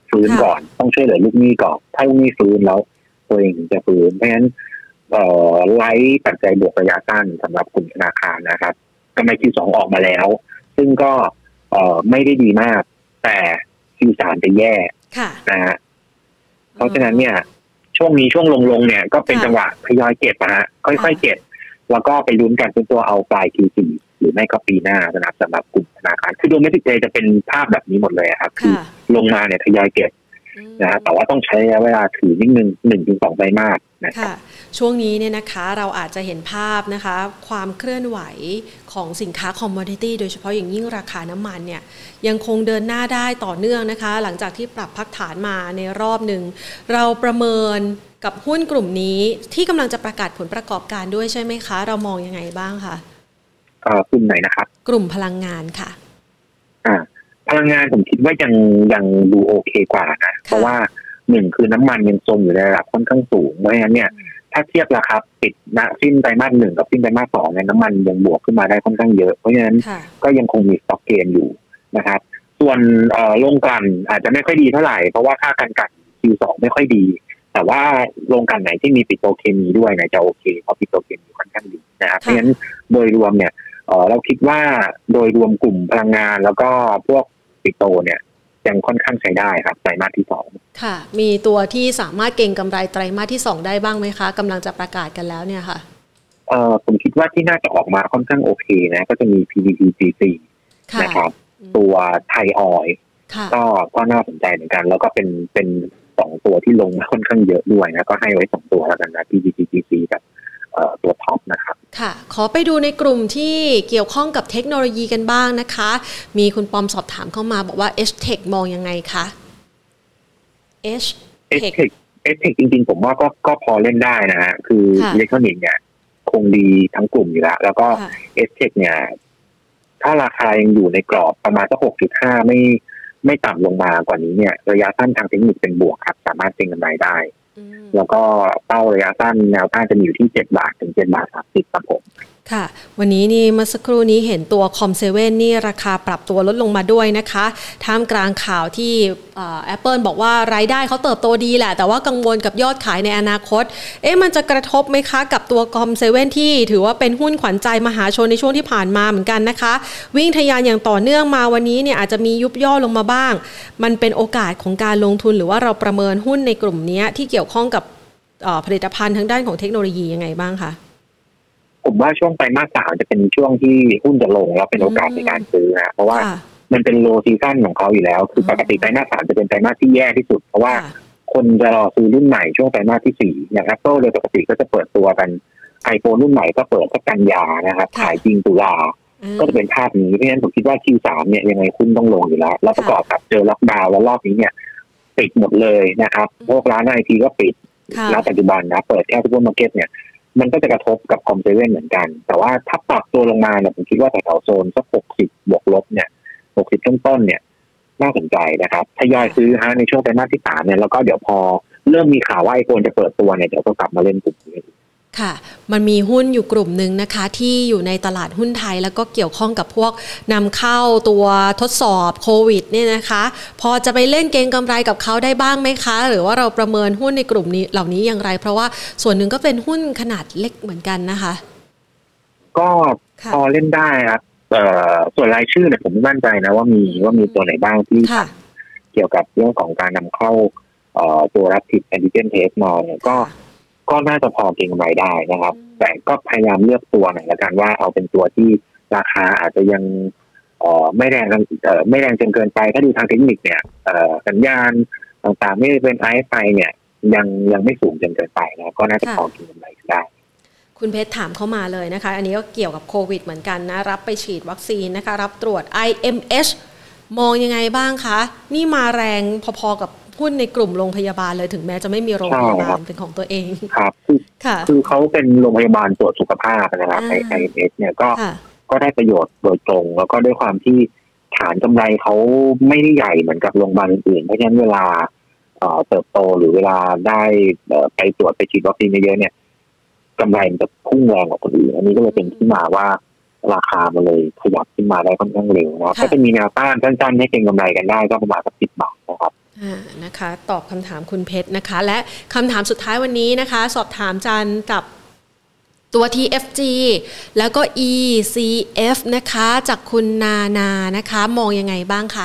ฟื้นก่อนต้องช่วยเหลือลูกหนี้ก่อนถ้าลูกหนี้ฟื้นแล้วตัวเองถึงจะฟื้นเพราะฉะนั้นไลท์ปัจจัยบวกระยะสั้นสำหรับกลุ่มธนาคารนะครับกำไร Q2 ออกมาแล้วซึ่งก็ไม่ได้ดีมากแต่ Q3 จะแย่นะฮะเพราะฉะนั้นเนี่ยช่วงนี้ช่วงลงเนี่ยก็เป็นจังหวะทยอยเก็บนะฮะค่อยๆเก็บแล้วก็ไปลุ้นกันเป็นตัวเอาปลาย Q4 หรือไม่ก็ปีหน้านะครับสำหรับกลุ่มธนาคารคือโดเมสติกจะเป็นภาพแบบนี้หมดเลยครับคือลงมาเนี่ยทยอยเก็บนะแต่ว่าต้องใช้เวลาถือนิดนึง 1-2 ไตรมาสนะครับช่วงนี้เนี่ยนะคะเราอาจจะเห็นภาพนะคะความเคลื่อนไหวของสินค้าคอมมอดิตี้โดยเฉพาะอย่างยิ่งราคาน้ำมันเนี่ยยังคงเดินหน้าได้ต่อเนื่องนะคะหลังจากที่ปรับพักฐานมาในรอบหนึ่งเราประเมินกับหุ้นกลุ่มนี้ที่กำลังจะประกาศผลประกอบการด้วยใช่ไหมคะเรามองยังไงบ้างคะกลุ่มไหนนะครับกลุ่มพลังงานค่ะพลังงานผมคิดว่ายังดูโอเคกว่านะเพราะว่าหนึ่งคือน้ำมันยังทรงอยู่ในระดับค่อนข้างสูงเพราะฉะนั้นเนี่ยถ้าเทียบราคาปิดณสิ้นไตรมาส 1กับสิ้นไตรมาส 2เนี่ยน้ำมันยังบวกขึ้นมาได้ค่อนข้างเยอะเพราะฉะนั้นก็ยังคงมีสต็อกเกนอยู่นะครับส่วนโรงกลั่นอาจจะไม่ค่อยดีเท่าไหร่เพราะว่าค่าการกลั่น Q2 ไม่ค่อยดีแต่ว่าโรงกลั่นไหนที่มีปิโตรเคมีด้วยเนี่ยจะโอเคเพราะปิโตรเคมีค่อนข้างดีนะครับเพราะฉะนั้นโดยรวมเนี่ยเราคิดว่าโดยรวมกลุ่มพลังงานแล้วก็พวกปิโตรเนี่ยยังค่อนข้างใช้ได้ครับไตรมาสที่2 ค่ะมีตัวที่สามารถเก็งกำไรไตรมาสที่2ได้บ้างไหมคะกำลังจะประกาศกันแล้วเนี่ยค่ะผมคิดว่าที่น่าจะออกมาค่อนข้างโอเคนะก็จะมี PTTGC นะครับตัวไทยออยล์ก็น่าสนใจเหมือนกันแล้วก็เป็น2ตัวที่ลงมาค่อนข้างเยอะด้วยนะก็ให้ไว้2ตัวแล้วกันนะ PTTGC กับตัวท็อปนะครับค่ะขอไปดูในกลุ่มที่เกี่ยวข้องกับเทคโนโลยีกันบ้างนะคะมีคุณปอมสอบถามเข้ามาบอกว่า H-Tech มองยังไงคะ H-Tech จริงๆผมว่าก็พอเล่นได้นะฮะคืออิเล็กทรอนิกส์เนี่ยคงดีทั้งกลุ่มอยู่แล้วก็ H-Tech เนี่ยถ้าราคายังอยู่ในกรอบประมาณสัก 6.5 ไม่ต่ำลงมากว่านี้เนี่ยระยะสั้นทางเทคนิคเป็นบวกครับสามารถเก็งกำไรได้แล้วก็เป้าระยะสั้นแนวต้านจะมีอยู่ที่7 บาทถึง7.30 บาทครับผมค่ะวันนี้นี่เมื่อสักครู่นี้เห็นตัวคอมเซเว่นนี่ราคาปรับตัวลดลงมาด้วยนะคะท่ามกลางข่าวที่Apple บอกว่ารายได้เขาเติบโตดีแหละแต่ว่ากังวลกับยอดขายในอนาคตมันจะกระทบไหมคะกับตัวคอมเซเว่นที่ถือว่าเป็นหุ้นขวัญใจมหาชนในช่วงที่ผ่านมาเหมือนกันนะคะวิ่งทะยานอย่างต่อเนื่องมาวันนี้เนี่ยอาจจะมียุบย่อลงมาบ้างมันเป็นโอกาสของการลงทุนหรือว่าเราประเมินหุ้นในกลุ่มนี้ที่เกี่ยวข้องกับผลิตภัณฑ์ทางด้านของเทคโนโลยียังไงบ้างคะผมว่าช่วงไตรมาส 3จะเป็นช่วงที่หุ้นจะลงแล้วเป็นโอกาสในการซื้อนะเพราะว่ามันเป็นโลซีซั่นของเขาอยู่แล้วคือปกติไตรมาส 3จะเป็นไตรมาสที่แย่ที่สุดเพราะว่าคนจะรอซื้อรุ่นใหม่ช่วงไตรมาสที่4อย่าง Apple โดยปกติก็จะเปิดตัวกัน iPhone รุ่นใหม่ก็เปิดสักกันยานะครับขายจริงตุลาก็จะเป็นภาพนี้เพราะฉะนั้นผมคิดว่า Q3 เนี่ยยังไงหุ้นต้องลงอยู่แล้วแล้วประกอบกับเจอล็อกดาวน์แล้วรอบนี้เนี่ยปิดหมดเลยนะครับพวกร้าน IT ก็ปิดแล้วปัจจุบันนะเปิดแค่ซุปเปอร์มาร์เก็ตเนี่ยมันก็จะกระทบกับคอมเซเว่นเหมือนกันแต่ว่าถ้าปรับตัวลงมาเนี่ยผมคิดว่าแถวโซนสัก60บวกลบเนี่ย60ต้นๆเนี่ยน่าสนใจนะครับทยอยซื้อในช่วงไตรมาสที่3เนี่ยแล้วก็เดี๋ยวพอเริ่มมีข่าวว่าiPhoneจะเปิดตัวเนี่ยเดี๋ยวก็กลับมาเล่นกลุ่มนี้ค่ะมันมีหุ้นอยู่กลุ่มหนึ่งนะคะที่อยู่ในตลาดหุ้นไทยแล้วก็เกี่ยวข้องกับพวกนำเข้าตัวทดสอบโควิดเนี่ยนะคะพอจะไปเล่นเก็งกำไรกับเขาได้บ้างไหมคะหรือว่าเราประเมินหุ้นในกลุ่มนี้เหล่านี้อย่างไรเพราะว่าส่วนหนึ่งก็เป็นหุ้นขนาดเล็กเหมือนกันนะคะก็พอเล่นได้ครับส่วนรายชื่อเนี่ยผมไม่มั่นใจนะว่ามีตัวไหนบ้างที่เกี่ยวกับเรื่องของการนำเข้าตัว Rapid Antigen Test มาเนี่ยก็น่าจะพอเก็งกำไรได้นะครับแต่ก็พยายามเลือกตัวหน่อยละกันว่าเอาเป็นตัวที่ราคาอาจจะยังไม่แรงจนเกินไปถ้าดูทางเทคนิคเนี่ยสัญญาณต่างๆไม่เป็น RSI เนี่ยยังไม่สูงจนเกินไปนะก็น่าจะพอเก็งกำไรได้คุณเพชรถามเข้ามาเลยนะคะอันนี้ก็เกี่ยวกับโควิดเหมือนกันนะรับไปฉีดวัคซีนนะคะรับตรวจ IMH มองยังไงบ้างคะนี่มาแรงพอๆกับหุ้นในกลุ่มโรงพยาบาลเลยถึงแม้จะไม่มีโรงพยาบาลเป็นของตัวเองครับคือเขาเป็นโรงพยาบาลตรวจสุขภาพนะครับIMH เนี่ยก็ได้ประโยชน์โดยตรงแล้วก็ด้วยความที่ฐานกำไรเขาไม่ได้ใหญ่เหมือนกับโรงพยาบาลอื่นเพราะฉะนั้นเวลาเติบโตหรือเวลาได้ไปตรวจไปฉีดวัคซีนเยอะๆเนี่ยกำไรมันจะพุ่งแรงกว่าคนอื่นอันนี้ก็เลยเป็นที่มาว่าราคามันเลยขยับขึ้นมาได้ค่อนข้างเร็วนะก็จะมีแนวต้านสั้นๆให้เก็งกำไรกันได้ก็ประมาณสัก10 บาทนะครับนะคะตอบคำถามคุณเพชรนะคะและคำถามสุดท้ายวันนี้นะคะสอบถามจันกับตัว TFG แล้วก็ ECF นะคะจากคุณนานะคะมองยังไงบ้างคะ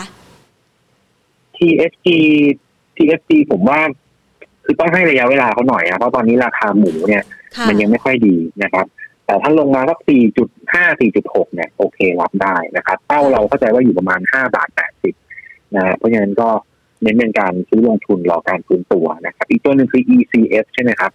TFG ผมว่าคือต้องให้ระยะเวลาเขาหน่อยนะเพราะตอนนี้ราคาหมูเนี่ยมันยังไม่ค่อยดีนะครับแต่ถ้าลงมาสัก 4.5 4.6 เนี่ยโอเครับได้นะครับเป้าเราเข้าใจว่าอยู่ประมาณ5.80 บาทนะเพราะฉะนั้นก็เน้นเป็นการซื้อลงทุนรอการฟื้นตัวนะครับอีกตัวหนึ่งคือ ECF ใช่ไหมครับ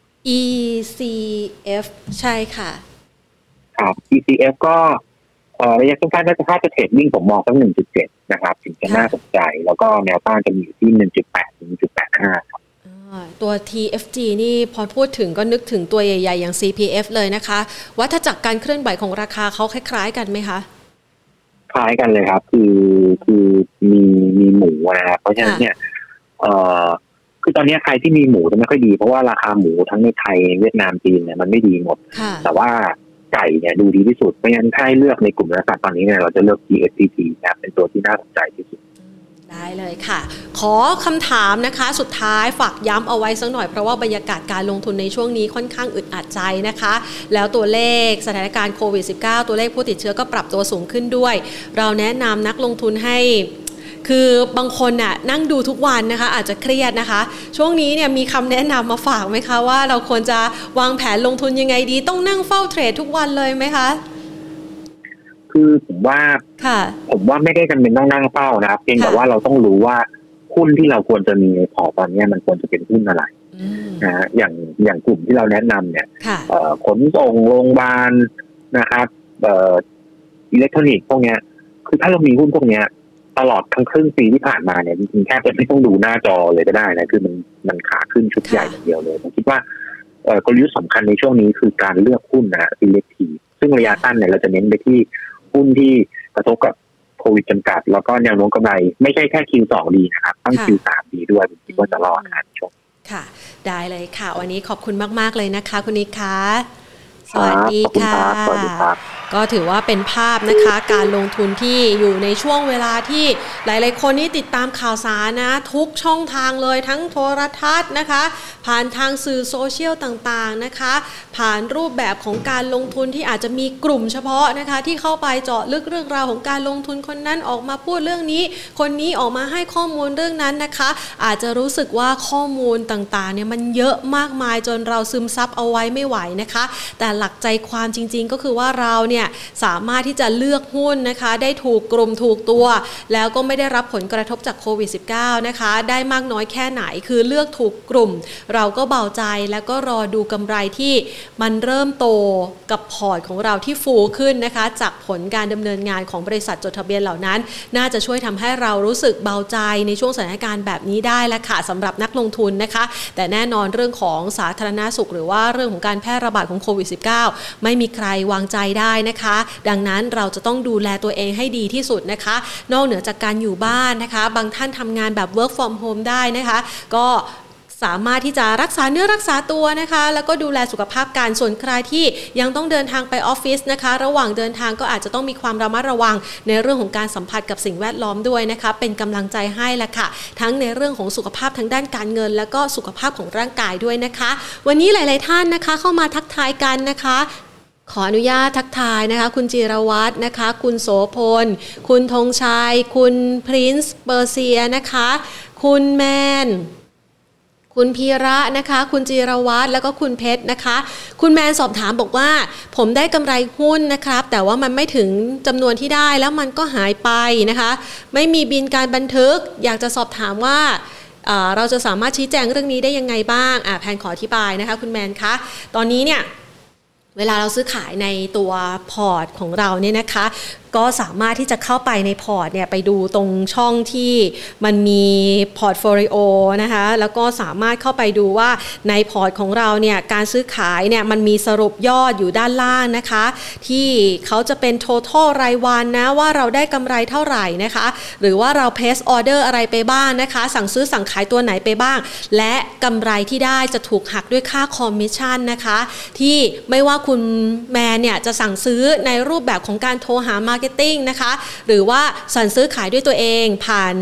ECF ใช่ค่ะครับ ECF ก็ระยะสั้นๆถ้าจะเทรดวิ่งผมมองสัก 1.7 นะครับถึงจะน่าสนใจแล้วก็แนวต้านจะมีอยู่ที่ 1.8 ถึง 1.85 ครับตัว TFG นี่พอพูดถึงก็นึกถึงตัวใหญ่ๆอย่าง CPF เลยนะคะวัฏจักรการเคลื่อนไหวของราคาเขาคล้ายๆกันไหมคะคล้ายกันเลยครับคือมีหมูนะครับเพราะฉะนั้นเนี่ยคือตอนนี้ใครที่มีหมูจะไม่ค่อยดีเพราะว่าราคาหมูทั้งในไทยเวียดนามจีนเนี่ยมันไม่ดีหมดแต่ว่าไก่เนี่ยดูดีที่สุดเพราะฉะนั้นถ้าให้เลือกในกลุ่มเนื้อสัตว์ตอนนี้เนี่ยเราจะเลือก TFCT นะเป็นตัวที่น่าสนใจที่สุดได้เลยค่ะขอคำถามนะคะสุดท้ายฝากย้ำเอาไว้สักหน่อยเพราะว่าบรรยากาศการลงทุนในช่วงนี้ค่อนข้างอึดอัดใจนะคะแล้วตัวเลขสถานการณ์โควิด -19 ตัวเลขผู้ติดเชื้อก็ปรับตัวสูงขึ้นด้วยเราแนะนำนักลงทุนให้คือบางคนน่ะนั่งดูทุกวันนะคะอาจจะเครียดนะคะช่วงนี้เนี่ยมีคำแนะนำมาฝากไหมคะว่าเราควรจะวางแผนลงทุนยังไงดีต้องนั่งเฝ้าเทรดทุกวันเลยไหมคะคือผมว่าไม่ได้จำเป็นต้องนั่งเฝ้านะครับเพียงแต่ว่าเราต้องรู้ว่าหุ้นที่เราควรจะมีในพอร์ตตอนนี้มันควรจะเป็นหุ้นอะไรนะอย่างกลุ่มที่เราแนะนำเนี่ยขนส่งโรงพยาบาลนะครับอิเล็กทรอนิกส์พวกเนี้ยคือถ้าเรามีหุ้นพวกเนี้ยตลอดทั้งครึ่งปีที่ผ่านมาเนี่ยจริงๆแค่จะไม่ต้องดูหน้าจอเลยก็ได้นะคือมันขาขึ้นชุดใหญ่อย่างเดียวเลยผมคิดว่ากลยุทธ์สำคัญในช่วงนี้คือการเลือกหุ้นนะselectiveซึ่งระยะสั้นเนี่ยเราจะเน้นไปที่หุ้นที่กระทบกับโควิดจำกัดแล้วก็แนวโน้มกำไรไม่ใช่แค่ Q2 ดีนะครับตั้ง Q3 ดีด้วยผมคิดว่าจะรอดนะช่วงค่ะได้เลยค่ะวันนี้ขอบคุณมากๆเลยนะคะคุณนิกค่ะสวัสดีค่ะสวัสดีครับก็ถือว่าเป็นภาพนะคะการลงทุนที่อยู่ในช่วงเวลาที่หลายๆคนนี่ติดตามข่าวสารนะทุกช่องทางเลยทั้งโทรทัศน์นะคะผ่านทางสื่อโซเชียลต่างๆนะคะผ่านรูปแบบของการลงทุนที่อาจจะมีกลุ่มเฉพาะนะคะที่เข้าไปเจาะลึกเรื่องราวของการลงทุนคนนั้นออกมาพูดเรื่องนี้คนนี้ออกมาให้ข้อมูลเรื่องนั้นนะคะอาจจะรู้สึกว่าข้อมูลต่างๆเนี่ยมันเยอะมากมายจนเราซึมซับเอาไว้ไม่ไหวนะคะแต่หลักใจความจริงๆก็คือว่าเราเนี่ยสามารถที่จะเลือกหุ้นนะคะได้ถูกกลุ่มถูกตัวแล้วก็ไม่ได้รับผลกระทบจากโควิด -19 นะคะได้มากน้อยแค่ไหนคือเลือกถูกกลุ่มเราก็เบาใจแล้วก็รอดูกำไรที่มันเริ่มโตกับพอร์ตของเราที่ฟูขึ้นนะคะจากผลการดำเนินงานของบริษัทจดทะเบียนเหล่านั้นน่าจะช่วยทำให้เรารู้สึกเบาใจในช่วงสถานการณ์แบบนี้ได้แล้วค่ะสำหรับนักลงทุนนะคะแต่แน่นอนเรื่องของสาธารณสุขหรือว่าเรื่องของการแพร่ระบาดของโควิด -19 ไม่มีใครวางใจได้นะคะดังนั้นเราจะต้องดูแลตัวเองให้ดีที่สุดนะคะนอกเหนือจากการอยู่บ้านนะคะบางท่านทำงานแบบ work from home ได้นะคะก็สามารถที่จะรักษาเนื้อรักษาตัวนะคะแล้วก็ดูแลสุขภาพการส่วนใครที่ยังต้องเดินทางไปออฟฟิศนะคะระหว่างเดินทางก็อาจจะต้องมีความระมัดระวังในเรื่องของการสัมผัสกับสิ่งแวดล้อมด้วยนะคะเป็นกำลังใจให้ละค่ะทั้งในเรื่องของสุขภาพทางด้านการเงินแล้วก็สุขภาพของร่างกายด้วยนะคะวันนี้หลายๆท่านนะคะเข้ามาทักทายกันนะคะขออนุญาตทักทายนะคะคุณจิรวัฒน์นะคะคุณโสพลคุณธงชัยคุณพรินซ์เปอร์เซียนะคะคุณแมนคุณพีระนะคะคุณจิรวัฒน์แล้วก็คุณเพชรนะคะคุณแมนสอบถามบอกว่าผมได้กำไรหุ้นนะครับแต่ว่ามันไม่ถึงจำนวนที่ได้แล้วมันก็หายไปนะคะไม่มีบินการบันทึกอยากจะสอบถามว่าเราจะสามารถชี้แจงเรื่องนี้ได้ยังไงบ้างแพนขออธิบายนะคะคุณแมนคะตอนนี้เนี่ยเวลาเราซื้อขายในตัวพอร์ตของเราเนี่ยนะคะก็สามารถที่จะเข้าไปในพอร์ตเนี่ยไปดูตรงช่องที่มันมีพอร์ตโฟลิโอนะคะแล้วก็สามารถเข้าไปดูว่าในพอร์ตของเราเนี่ยการซื้อขายเนี่ยมันมีสรุปยอดอยู่ด้านล่างนะคะที่เขาจะเป็น total รายวันนะว่าเราได้กำไรเท่าไหร่นะคะหรือว่าเรา place order อะไรไปบ้างนะคะสั่งซื้อสั่งขายตัวไหนไปบ้างและกำไรที่ได้จะถูกหักด้วยค่าคอมมิชชั่นนะคะที่ไม่ว่าคุณแมนเนี่ยจะสั่งซื้อในรูปแบบของการโทรหามาร์เก็ตติ้งนะคะหรือว่าสั่งซื้อขายด้วยตัวเองผ่าน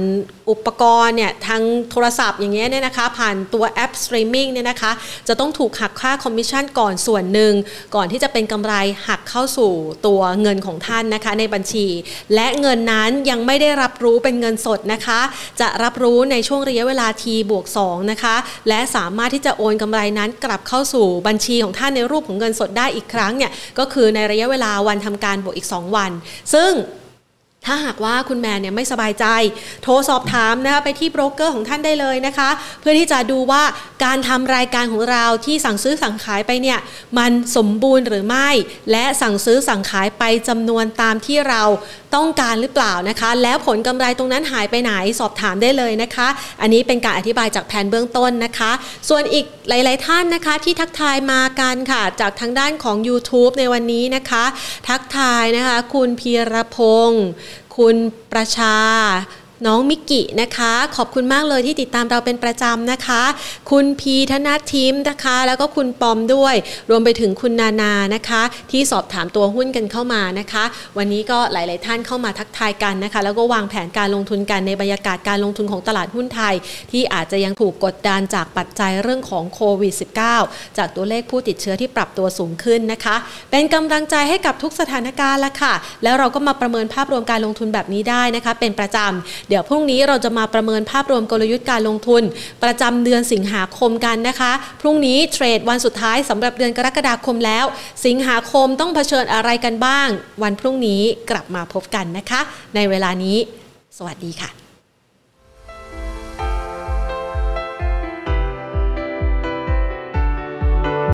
อุปกรณ์เนี่ยทางโทรศัพท์อย่างเงี้ยเนี่ยนะคะผ่านตัวแอปสตรีมมิ่งเนี่ยนะคะจะต้องถูกหักค่าคอมมิชชั่นก่อนส่วนหนึ่งก่อนที่จะเป็นกำไรหักเข้าสู่ตัวเงินของท่านนะคะในบัญชีและเงินนั้นยังไม่ได้รับรู้เป็นเงินสดนะคะจะรับรู้ในช่วงระยะเวลา T+2 นะคะและสามารถที่จะโอนกำไรนั้นกลับเข้าสู่บัญชีของท่านในรูปของเงินสดได้อีกครั้งเนี่ยก็คือในระยะเวลาวันทำการบวกอีก2วันซึ่งถ้าหากว่าคุณแมนเนี่ยไม่สบายใจโทรสอบถามนะคะไปที่โบรกเกอร์ของท่านได้เลยนะคะเพื่อที่จะดูว่าการทำรายการของเราที่สั่งซื้อสั่งขายไปเนี่ยมันสมบูรณ์หรือไม่และสั่งซื้อสั่งขายไปจำนวนตามที่เราต้องการหรือเปล่านะคะแล้วผลกำไรตรงนั้นหายไปไหนสอบถามได้เลยนะคะอันนี้เป็นการอธิบายจากแผนเบื้องต้นนะคะส่วนอีกหลายๆท่านนะคะที่ทักทายมากันค่ะจากทางด้านของ YouTube ในวันนี้นะคะทักทายนะคะคุณพีรพงศ์คุณประชาน้องมิกินะคะขอบคุณมากเลยที่ติดตามเราเป็นประจำนะคะคุณพีธนาทิมนะคะแล้วก็คุณปอมด้วยรวมไปถึงคุณนานานะคะที่สอบถามตัวหุ้นกันเข้ามานะคะวันนี้ก็หลายๆท่านเข้ามาทักทายกันนะคะแล้วก็วางแผนการลงทุนกันในบรรยากาศการลงทุนของตลาดหุ้นไทยที่อาจจะยังถูกกดดันจากปัจจัยเรื่องของโควิด -19 จากตัวเลขผู้ติดเชื้อที่ปรับตัวสูงขึ้นนะคะเป็นกำลังใจให้กับทุกสถานการณ์ละค่ะแล้วเราก็มาประเมินภาพรวมการลงทุนแบบนี้ได้นะคะเป็นประจำเดี๋ยวพรุ่งนี้เราจะมาประเมินภาพรวมกลยุทธ์การลงทุนประจำเดือนสิงหาคมกันนะคะพรุ่งนี้เทรดวันสุดท้ายสำหรับเดือนกรกฎาคมแล้วสิงหาคมต้องเผชิญอะไรกันบ้างวันพรุ่งนี้กลับมาพบกันนะคะในเวลานี้สวัสดีค่ะ